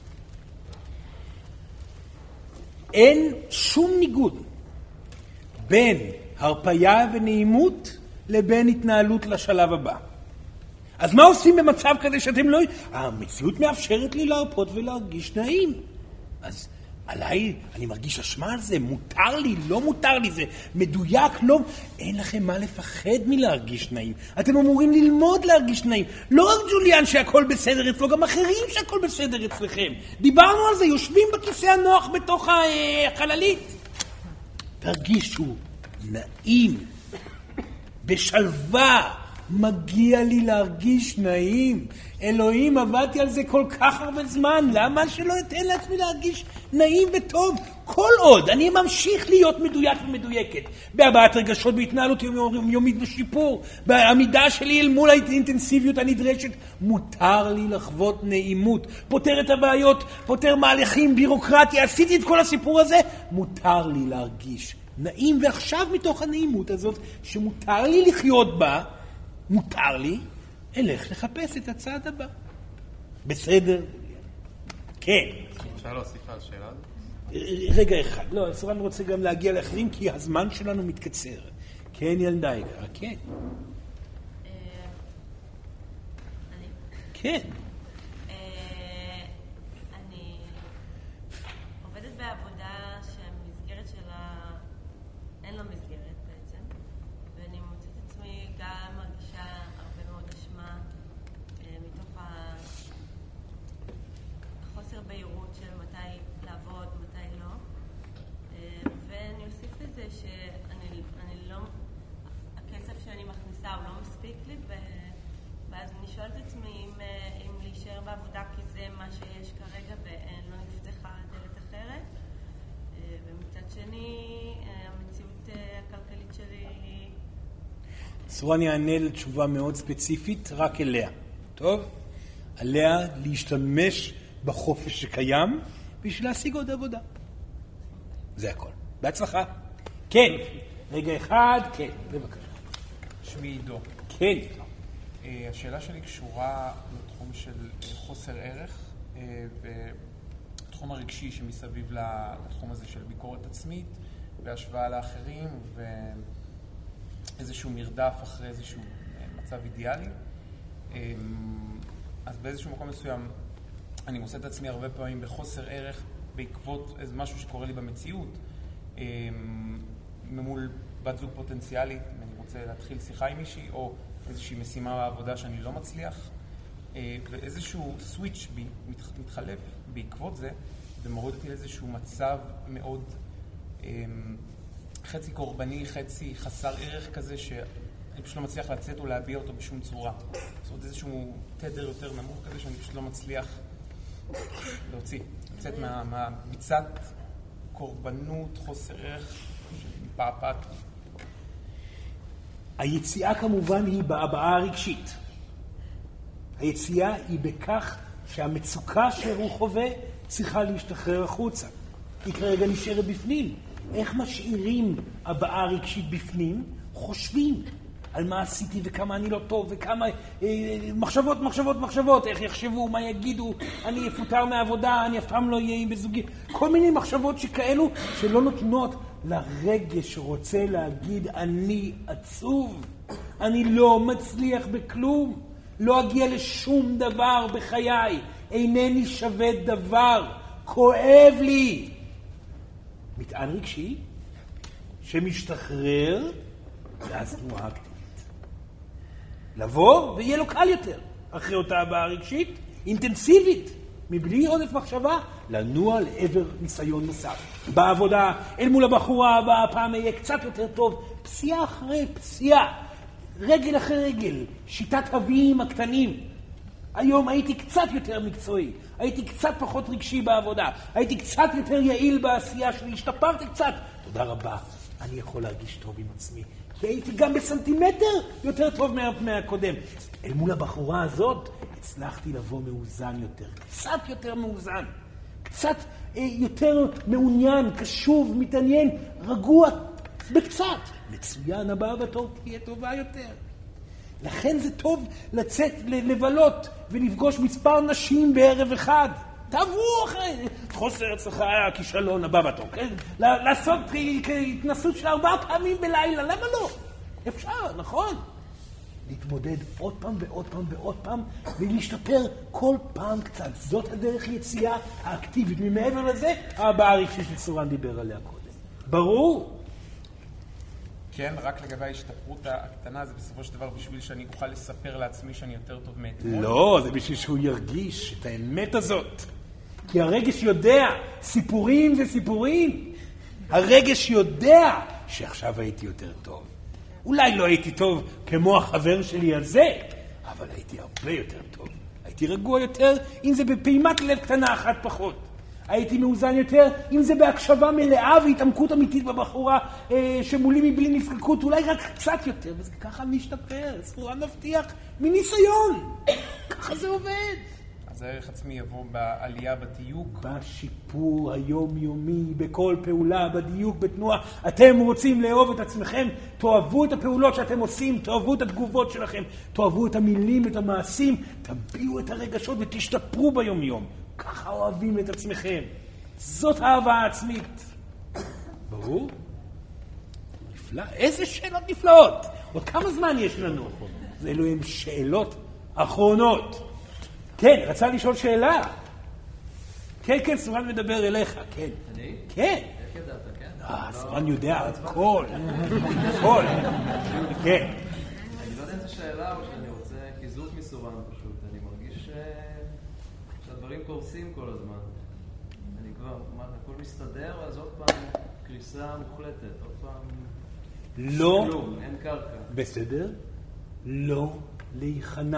אין שום ניגוד בין הרפיה ונעימות לבין התנהלות לשלב הבא. אז מה עושים במצב כזה שאתם לא... המציאות מאפשרת לי להרפות ולהרגיש נעים. אז עליי, אני מרגיש אשמה על זה, מותר לי, לא מותר לי, זה מדויק, לא... אין לכם מה לפחד מלהרגיש נעים. אתם אמורים ללמוד להרגיש נעים. לא רק ג'וליאן שהכל בסדר אצלו, גם אחרים שהכל בסדר אצלכם. דיברנו על זה, יושבים בכיסא הנוח בתוך החללית. תרגישו נעים, בשלווה. מגיע לי להרגיש נעים. אלוהים, עבדתי על זה כל כך הרבה זמן. למה שלא אתן לעצמי להרגיש נעים וטוב? כל עוד אני ממשיך להיות מדויק ומדויקת. בהבעת רגשות, בהתנהלות יומית ושיפור, בעמידה שלי אל מול האינטנסיביות הנדרשת, מותר לי לחוות נעימות. פותר את הבעיות, פותר מהלכים, בירוקרטיה, עשיתי את כל הסיפור הזה. מותר לי להרגיש נעים, ועכשיו מתוך הנעימות הזאת, שמותר לי לחיות בה, מותר לי, אלך לחפש את הצעד הבא. בסדר? כן. אפשר להוסיף על שאלה? רגע אחד. לא, סורן רוצה גם להגיע לאחרים, כי הזמן שלנו מתקצר. כן, ילדה יקרה, כן. אני? כן. אני עובדת בעבודה שהמסגרת שלה, אין לה מסגרת בעצם, ואני מוצאת עצמי גם מרגישה הרבה מאוד אשמה מתוך החוסר בהירות של מתי לעבוד, מתי לא. ואני אוסיף לזה שאני אני לא, הכסף שאני מכניסה הוא לא מספיק לי, ואז אני שואלת את עצמי אם, אם להישאר בעבודה, כי זה מה שיש כרגע ולא נפתחה דלת אחרת. ומצד שני, המציאות הכלכלית שלי... סורן יענה לתשובה מאוד ספציפית, רק אליה. טוב? עליה להשתמש בחופש שקיים, בשביל להשיג עוד עבודה. זה הכל. בהצלחה. כן. רגע אחד, כן. בבקשה. שמי עידו. כן. השאלה שלי קשורה לתחום של חוסר ערך, והתחום הרגשי שמסביב לתחום הזה של ביקורת עצמית, והשוואה לאחרים, ואיזשהו מרדף אחרי איזשהו מצב אידיאלי. אז באיזשהו מקום מסוים אני מוצא את עצמי הרבה פעמים בחוסר ערך בעקבות איזה משהו שקורה לי במציאות, ממול בת זוג פוטנציאלית, אם אני רוצה להתחיל שיחה עם מישהי, או איזושהי משימה בעבודה שאני לא מצליח, ואיזשהו סוויץ' בי מתחלף בעקבות זה, ומוריד אותי לאיזשהו מצב מאוד חצי קורבני, חצי חסר ערך כזה, שאני פשוט לא מצליח לצאת או להביע אותו בשום צורה. זאת אומרת, איזשהו תדר יותר נמוך כזה שאני פשוט לא מצליח להוציא, לצאת מהביצת קורבנות, חוסר ערך, פעפת. היציאה כמובן היא בהבעה הרגשית. היציאה היא בכך שהמצוקה שהוא חווה צריכה להשתחרר החוצה. היא כרגע נשארת בפנים. איך משאירים הבעה רגשית בפנים? חושבים על מה עשיתי וכמה אני לא טוב וכמה אה, מחשבות, מחשבות, מחשבות. איך יחשבו, מה יגידו, אני אפוטר מהעבודה, אני אף פעם לא אהיה בזוגי. כל מיני מחשבות שכאלו שלא נותנות לרגש שרוצה להגיד אני עצוב, אני לא מצליח בכלום, לא אגיע לשום דבר בחיי, אינני שווה דבר, כואב לי. מטען רגשי שמשתחרר ואז תנועה אקטיבית. לבוא ויהיה לו קל יותר אחרי אותה הבאה רגשית, אינטנסיבית, מבלי עודף מחשבה, לנוע לעבר ניסיון נוסף. בעבודה, אל מול הבחורה הבאה, הפעם יהיה קצת יותר טוב, פסיעה אחרי פסיעה, רגל אחרי רגל, שיטת הוויים הקטנים. היום הייתי קצת יותר מקצועי, הייתי קצת פחות רגשי בעבודה, הייתי קצת יותר יעיל בעשייה שלי, השתפרתי קצת. תודה רבה, אני יכול להרגיש טוב עם עצמי, כי הייתי גם בסנטימטר יותר טוב מה, מהקודם. אל מול הבחורה הזאת הצלחתי לבוא מאוזן יותר, קצת יותר מאוזן, קצת אה, יותר מעוניין, קשוב, מתעניין, רגוע, בקצת. מצוין, הבאה בתור תהיה טובה יותר. לכן זה טוב לצאת, לבלות ולפגוש מספר נשים בערב אחד. תעברו אחרי חוסר הצלחה, הכישלון הבא בתור, כן? לעשות התנסות של ארבעה פעמים בלילה, למה לא? אפשר, נכון? להתמודד עוד פעם ועוד פעם ועוד פעם ולהשתפר כל פעם קצת. זאת הדרך יציאה האקטיבית. ממעבר לזה, הבאה הרגשית שסורן דיבר עליה קודם. ברור? כן, רק לגבי ההשתפרות הקטנה, זה בסופו של דבר בשביל שאני אוכל לספר לעצמי שאני יותר טוב מאתמול. לא, זה בשביל שהוא ירגיש את האמת הזאת. כי הרגש יודע, סיפורים זה סיפורים. הרגש יודע שעכשיו הייתי יותר טוב. אולי לא הייתי טוב כמו החבר שלי הזה, אבל הייתי הרבה יותר טוב. הייתי רגוע יותר, אם זה בפעימת לב קטנה אחת פחות. הייתי מאוזן יותר, אם זה בהקשבה מלאה והתעמקות אמיתית בבחורה אה, שמולי מבלי נזקקות, אולי רק קצת יותר, וזה ככה משתפר, סורן מבטיח מניסיון. ככה זה עובד. אז הערך עצמי יבוא בעלייה בדיוק? בשיפור היומיומי, בכל פעולה, בדיוק, בתנועה. אתם רוצים לאהוב את עצמכם, תאהבו את הפעולות שאתם עושים, תאהבו את התגובות שלכם, תאהבו את המילים, את המעשים, תביאו את הרגשות ותשתפרו ביומיום. ככה אוהבים את עצמכם. זאת אהבה העצמית. ברור? נפלא. איזה שאלות נפלאות. עוד כמה זמן יש לנו? זה אלו הם שאלות אחרונות. כן, רצה לשאול שאלה. כן, כן, סורן מדבר אליך, כן. אני? כן. איך ידעת, כן? אה, סורן יודע, הכל. הכל. כן. אני לא יודע את השאלה, אבל שאני רוצה חיזוק מסורן פשוט. אני מרגיש שהדברים קורסים כל הזמן. אני כבר, מה, הכל מסתדר, אז עוד פעם קריסה מוחלטת, עוד פעם... לא. כלום, אין קרקע. בסדר? לא להיכנע.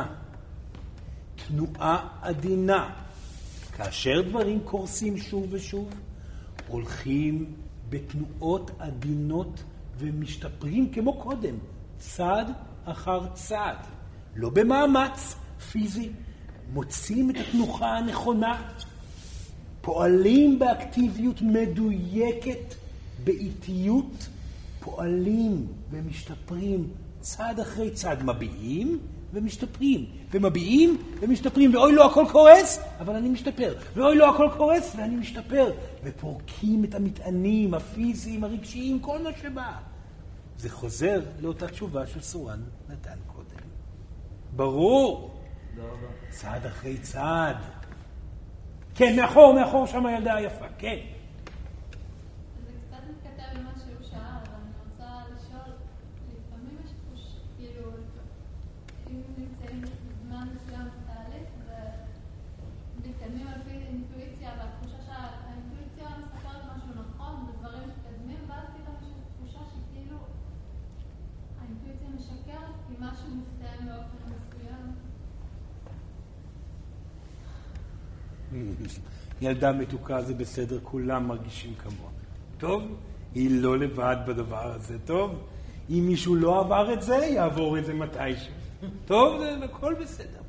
תנועה עדינה. כאשר דברים קורסים שוב ושוב, הולכים בתנועות עדינות ומשתפרים כמו קודם, צעד אחר צעד. לא במאמץ פיזי, מוצאים את התנוחה הנכונה, פועלים באקטיביות מדויקת, באיטיות, פועלים ומשתפרים צעד אחרי צעד, מביעים ומשתפרים, ומביעים ומשתפרים, ואוי לא הכל קורס, אבל אני משתפר, ואוי לא הכל קורס, ואני משתפר, ופורקים את המטענים, הפיזיים, הרגשיים, כל מה שבא. זה חוזר לאותה תשובה של סורן נתן קודם. ברור. צעד אחרי צעד. כן, מאחור, מאחור שם הילדה היפה, כן. זה קצת מתכתב עם מה שהוא שאל, אבל אני רוצה לשאול, לפעמים יש תחוש, כאילו, אם נמצאים בזמן מסוים בתהליך, ומתקדמים על פי אינטואיציה, והתחושה שהאינטואיציה מספרת משהו נכון, ודברים מתקדמים, ואז פתאום יש תחושה שכאילו האינטואיציה משקרת, כי משהו מסתיים באופן מסוים. ילדה מתוקה זה בסדר, כולם מרגישים כמוה. טוב? היא לא לבד בדבר הזה, טוב? אם מישהו לא עבר את זה, יעבור את זה מתישהו. טוב? זה הכל בסדר.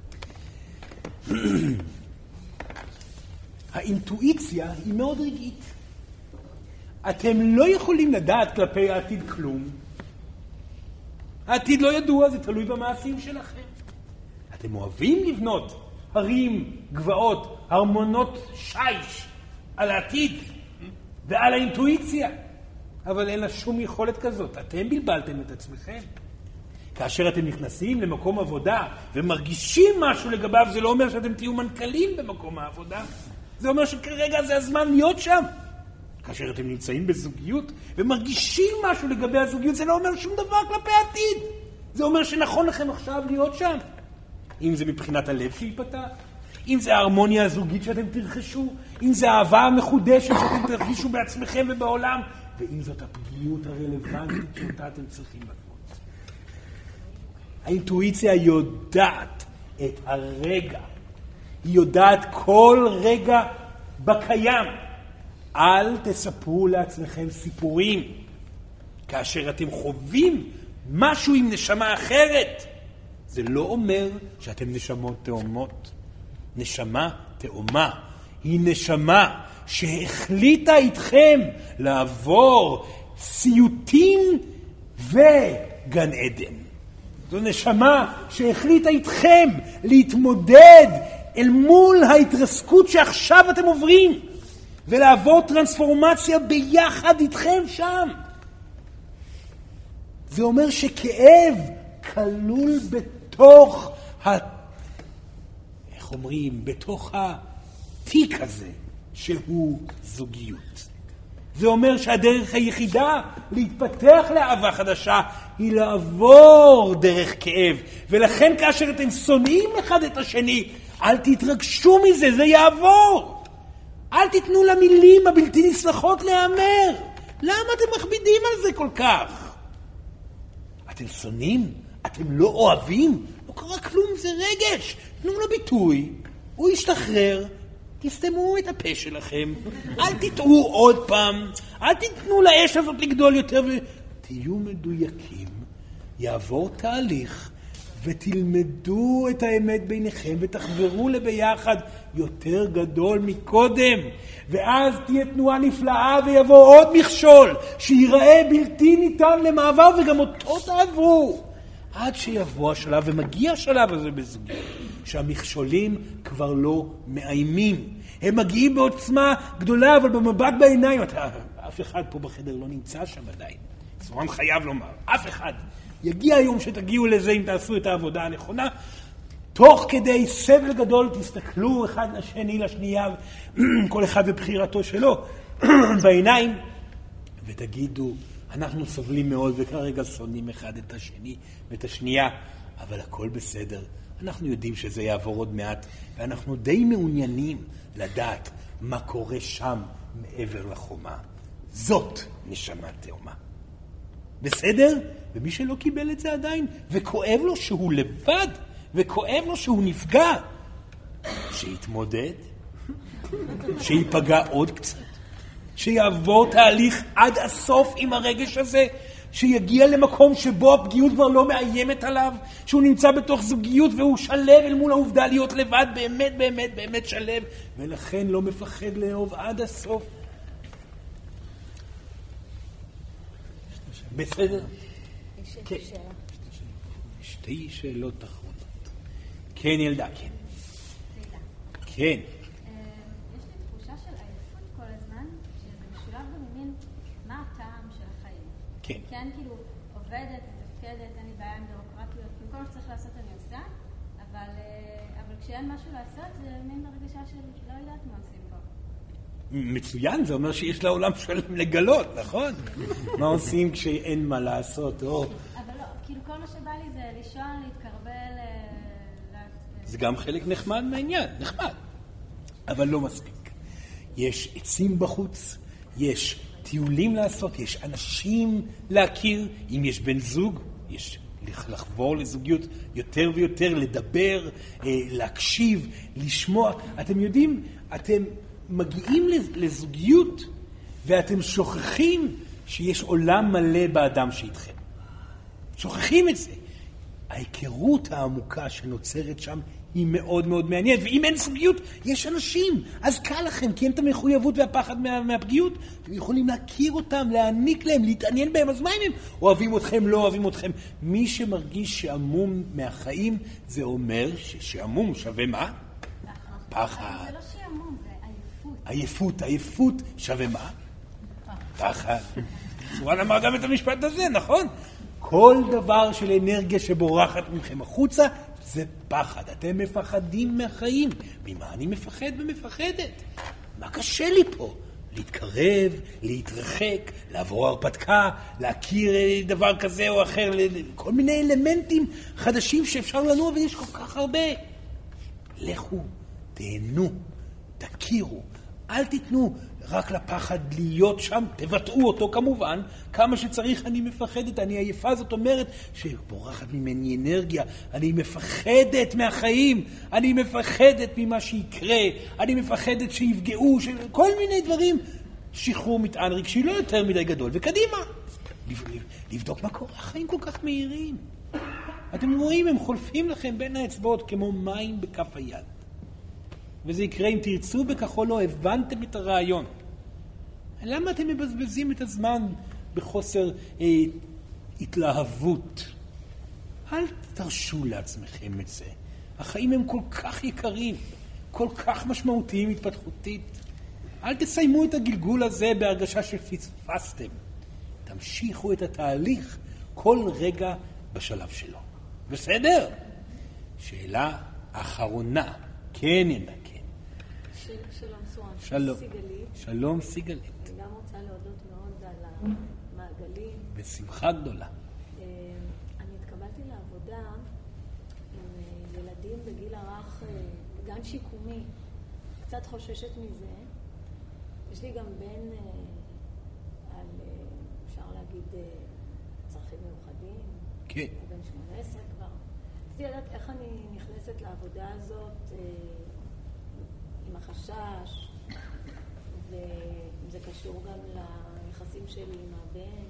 האינטואיציה היא מאוד רגעית. אתם לא יכולים לדעת כלפי העתיד כלום. העתיד לא ידוע, זה תלוי במעשים שלכם. אתם אוהבים לבנות הרים, גבעות, ארמונות שיש על העתיד ועל האינטואיציה, אבל אין לה שום יכולת כזאת. אתם בלבלתם את עצמכם. כאשר אתם נכנסים למקום עבודה ומרגישים משהו לגביו, זה לא אומר שאתם תהיו מנכ"לים במקום העבודה. זה אומר שכרגע זה הזמן להיות שם. כאשר אתם נמצאים בזוגיות ומרגישים משהו לגבי הזוגיות, זה לא אומר שום דבר כלפי העתיד. זה אומר שנכון לכם עכשיו להיות שם. אם זה מבחינת הלב שיפתח, אם זה ההרמוניה הזוגית שאתם תרחשו, אם זה האהבה המחודשת שאתם תרגישו בעצמכם ובעולם, ואם זאת הפגיעות הרלוונטית שאותה אתם צריכים לקרות. האינטואיציה יודעת את הרגע היא יודעת כל רגע בקיים. אל תספרו לעצמכם סיפורים. כאשר אתם חווים משהו עם נשמה אחרת, זה לא אומר שאתם נשמות תאומות. נשמה תאומה היא נשמה שהחליטה איתכם לעבור סיוטים וגן עדן. זו נשמה שהחליטה איתכם להתמודד אל מול ההתרסקות שעכשיו אתם עוברים, ולעבור טרנספורמציה ביחד איתכם שם. זה אומר שכאב כלול בתוך ה... איך אומרים? בתוך התיק הזה שהוא זוגיות. זה אומר שהדרך היחידה להתפתח לאהבה חדשה היא לעבור דרך כאב. ולכן כאשר אתם שונאים אחד את השני, אל תתרגשו מזה, זה יעבור. אל תיתנו למילים הבלתי נסלחות להיאמר. למה אתם מכבידים על זה כל כך? אתם שונאים? אתם לא אוהבים? לא קרה כלום, זה רגש. תנו לו ביטוי, הוא ישתחרר, תסתמו את הפה שלכם, אל תטעו עוד פעם, אל תיתנו לאש הזאת לגדול יותר, ותהיו מדויקים, יעבור תהליך, ותלמדו את האמת ביניכם, ותחברו לביחד יותר גדול מקודם, ואז תהיה תנועה נפלאה, ויבוא עוד מכשול, שיראה בלתי ניתן למעבר, וגם אותו תעברו. עד שיבוא השלב, ומגיע השלב הזה בזוגיות, שהמכשולים כבר לא מאיימים. הם מגיעים בעוצמה גדולה, אבל במבט בעיניים, אתה, אף אחד פה בחדר לא נמצא שם עדיין. סורן חייב לומר, אף אחד. יגיע היום שתגיעו לזה אם תעשו את העבודה הנכונה. תוך כדי סבל גדול תסתכלו אחד לשני לשנייה, כל אחד בבחירתו שלו, בעיניים, ותגידו, אנחנו סובלים מאוד וכרגע שונאים אחד את השני ואת השנייה, אבל הכל בסדר. אנחנו יודעים שזה יעבור עוד מעט, ואנחנו די מעוניינים לדעת מה קורה שם מעבר לחומה. זאת נשמה תאומה. בסדר? ומי שלא קיבל את זה עדיין, וכואב לו שהוא לבד, וכואב לו שהוא נפגע, שיתמודד, שיפגע עוד קצת, שיעבור תהליך עד הסוף עם הרגש הזה, שיגיע למקום שבו הפגיעות כבר לא מאיימת עליו, שהוא נמצא בתוך זוגיות והוא שלב אל מול העובדה להיות לבד, באמת באמת באמת שלב, ולכן לא מפחד לאהוב עד הסוף. בסדר? כן. שתי שאלות אחרונות. כן, ילדה, כן. כן. כן. כן, כאילו, עובדת, מתפקדת, אין לי בעיה עם בירוקרטיות, במקום שצריך לעשות אני עושה, אבל, אבל כשאין משהו לעשות, זה מין הרגשה של לא יודעת מה עושים פה. מצוין, זה אומר שיש לעולם שלם לגלות, נכון? מה עושים כשאין מה לעשות, או... אבל לא, כאילו, כל מה שבא לי זה לישון, להתקרבל... זה גם חלק נחמד מהעניין, נחמד, אבל לא מספיק. יש עצים בחוץ, יש... טיולים לעשות, יש אנשים להכיר, אם יש בן זוג, יש לחבור לזוגיות יותר ויותר, לדבר, להקשיב, לשמוע. אתם יודעים, אתם מגיעים לזוגיות ואתם שוכחים שיש עולם מלא באדם שאיתכם. שוכחים את זה. ההיכרות העמוקה שנוצרת שם היא מאוד מאוד מעניינת, ואם אין זוגיות, יש אנשים, אז קל לכם, כי אין את המחויבות והפחד מה, מהפגיעות, אתם יכולים להכיר אותם, להעניק להם, להתעניין בהם, אז מה אם הם אוהבים אתכם, לא אוהבים אתכם? מי שמרגיש שעמום מהחיים, זה אומר ששעמום שווה מה? פחד. זה לא שעמום, זה עייפות. עייפות, עייפות שווה מה? פחד. סורן אמר גם את המשפט הזה, נכון? כל דבר של אנרגיה שבורחת מכם החוצה, זה פחד. אתם מפחדים מהחיים. ממה אני מפחד ומפחדת? מה קשה לי פה? להתקרב, להתרחק, לעבור הרפתקה, להכיר דבר כזה או אחר, כל מיני אלמנטים חדשים שאפשר לנו, ויש כל כך הרבה. לכו, תהנו, תכירו, אל תיתנו רק לפחד להיות שם, תבטאו אותו כמובן, כמה שצריך. אני מפחדת, אני עייפה, זאת אומרת שבורחת ממני אנרגיה, אני מפחדת מהחיים, אני מפחדת ממה שיקרה, אני מפחדת שיפגעו, ש... כל מיני דברים. שחרור מטען רגשי לא יותר מדי גדול, וקדימה. לבדוק מה קורה, החיים כל כך מהירים. אתם רואים, הם חולפים לכם בין האצבעות כמו מים בכף היד. וזה יקרה אם תרצו בכך או לא, הבנתם את הרעיון. למה אתם מבזבזים את הזמן בחוסר אה, התלהבות? אל תרשו לעצמכם את זה. החיים הם כל כך יקרים, כל כך משמעותיים התפתחותית. אל תסיימו את הגלגול הזה בהרגשה שפספסתם. תמשיכו את התהליך כל רגע בשלב שלו. בסדר? שאלה אחרונה. כן, ינדה, כן. של, שלום סורן. שלום. סיגלית. שלום סיגלית. אני גם רוצה להודות מאוד על המעגלים. בשמחה גדולה. אני התקבלתי לעבודה עם ילדים בגיל הרך, גן שיקומי. קצת חוששת מזה. יש לי גם בן על, אפשר להגיד, צרכים מיוחדים. כן. הוא בן שמונה עשרה כבר. רציתי לדעת איך אני נכנסת לעבודה הזאת עם החשש, וזה קשור גם ליחסים שלי עם הבן.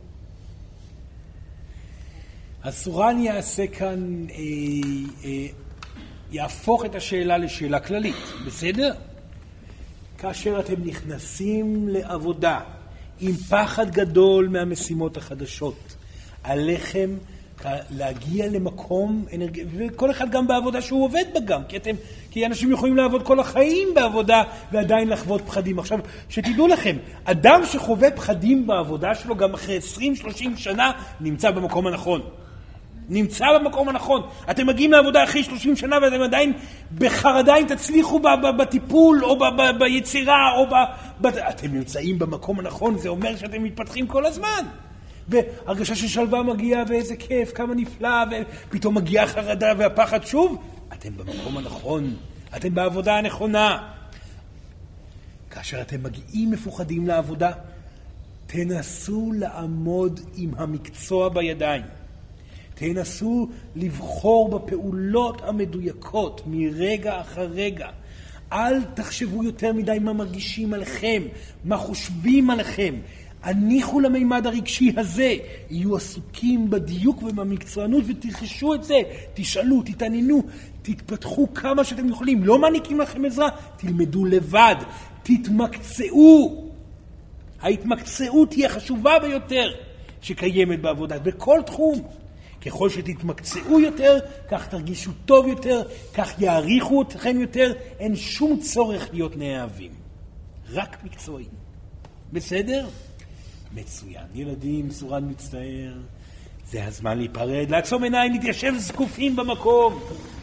הסורן יעשה כאן, אה, אה, יהפוך את השאלה לשאלה כללית, בסדר? כאשר אתם נכנסים לעבודה עם פחד גדול מהמשימות החדשות, עליכם להגיע למקום אנרגיה, וכל אחד גם בעבודה שהוא עובד בה גם, כי, אתם, כי אנשים יכולים לעבוד כל החיים בעבודה ועדיין לחוות פחדים. עכשיו, שתדעו לכם, אדם שחווה פחדים בעבודה שלו גם אחרי עשרים שלושים שנה נמצא במקום הנכון. נמצא במקום הנכון. אתם מגיעים לעבודה אחרי שלושים שנה ואתם עדיין בחרדה אם תצליחו בטיפול או ביצירה או ב... אתם נמצאים במקום הנכון, זה אומר שאתם מתפתחים כל הזמן. והרגשה של שלווה מגיעה ואיזה כיף, כמה נפלא, ופתאום מגיעה חרדה והפחד שוב. אתם במקום הנכון, אתם בעבודה הנכונה. כאשר אתם מגיעים מפוחדים לעבודה, תנסו לעמוד עם המקצוע בידיים. תנסו לבחור בפעולות המדויקות מרגע אחר רגע. אל תחשבו יותר מדי מה מרגישים עליכם, מה חושבים עליכם. הניחו למימד הרגשי הזה, יהיו עסוקים בדיוק ובמקצוענות ותרחשו את זה, תשאלו, תתעניינו, תתפתחו כמה שאתם יכולים, לא מעניקים לכם עזרה, תלמדו לבד, תתמקצעו. ההתמקצעות היא החשובה ביותר שקיימת בעבודה, בכל תחום. ככל שתתמקצעו יותר, כך תרגישו טוב יותר, כך יעריכו אתכם יותר, אין שום צורך להיות נאהבים. רק מקצועיים. בסדר? מצוין. ילדים, סורן מצטער. זה הזמן להיפרד, לעצום עיניים, להתיישב זקופים במקום.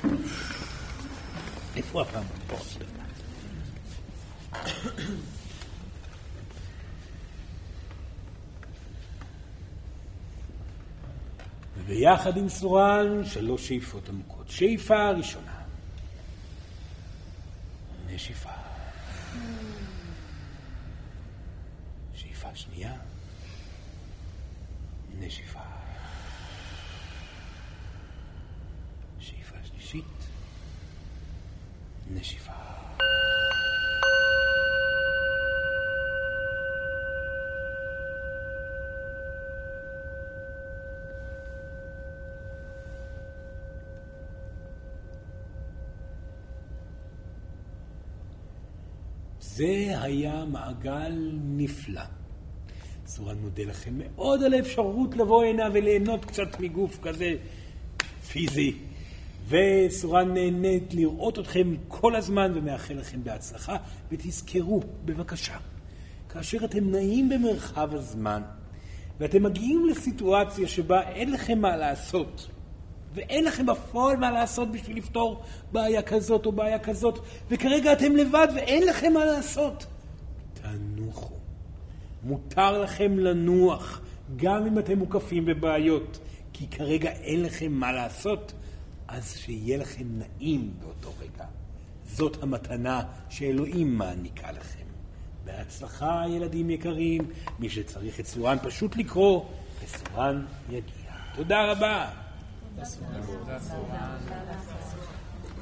איפה הפעם? פה. וביחד עם סורן, שלוש שאיפות עמוקות. שאיפה ראשונה. נשיפה. שאיפה שנייה. נשיפה. שאיפה שלישית. נשיפה. זה היה מעגל נפלא. סורן מודה לכם מאוד על האפשרות לבוא הנה וליהנות קצת מגוף כזה פיזי. וסורן נהנית לראות אתכם כל הזמן ומאחל לכם בהצלחה. ותזכרו, בבקשה, כאשר אתם נעים במרחב הזמן ואתם מגיעים לסיטואציה שבה אין לכם מה לעשות, ואין לכם בפועל מה לעשות בשביל לפתור בעיה כזאת או בעיה כזאת, וכרגע אתם לבד ואין לכם מה לעשות, תנוחו. מותר לכם לנוח, גם אם אתם מוקפים בבעיות, כי כרגע אין לכם מה לעשות, אז שיהיה לכם נעים באותו רגע. זאת המתנה שאלוהים מעניקה לכם. בהצלחה, ילדים יקרים. מי שצריך את סורן פשוט לקרוא, וסורן יגיע. תודה רבה. תודה סורן.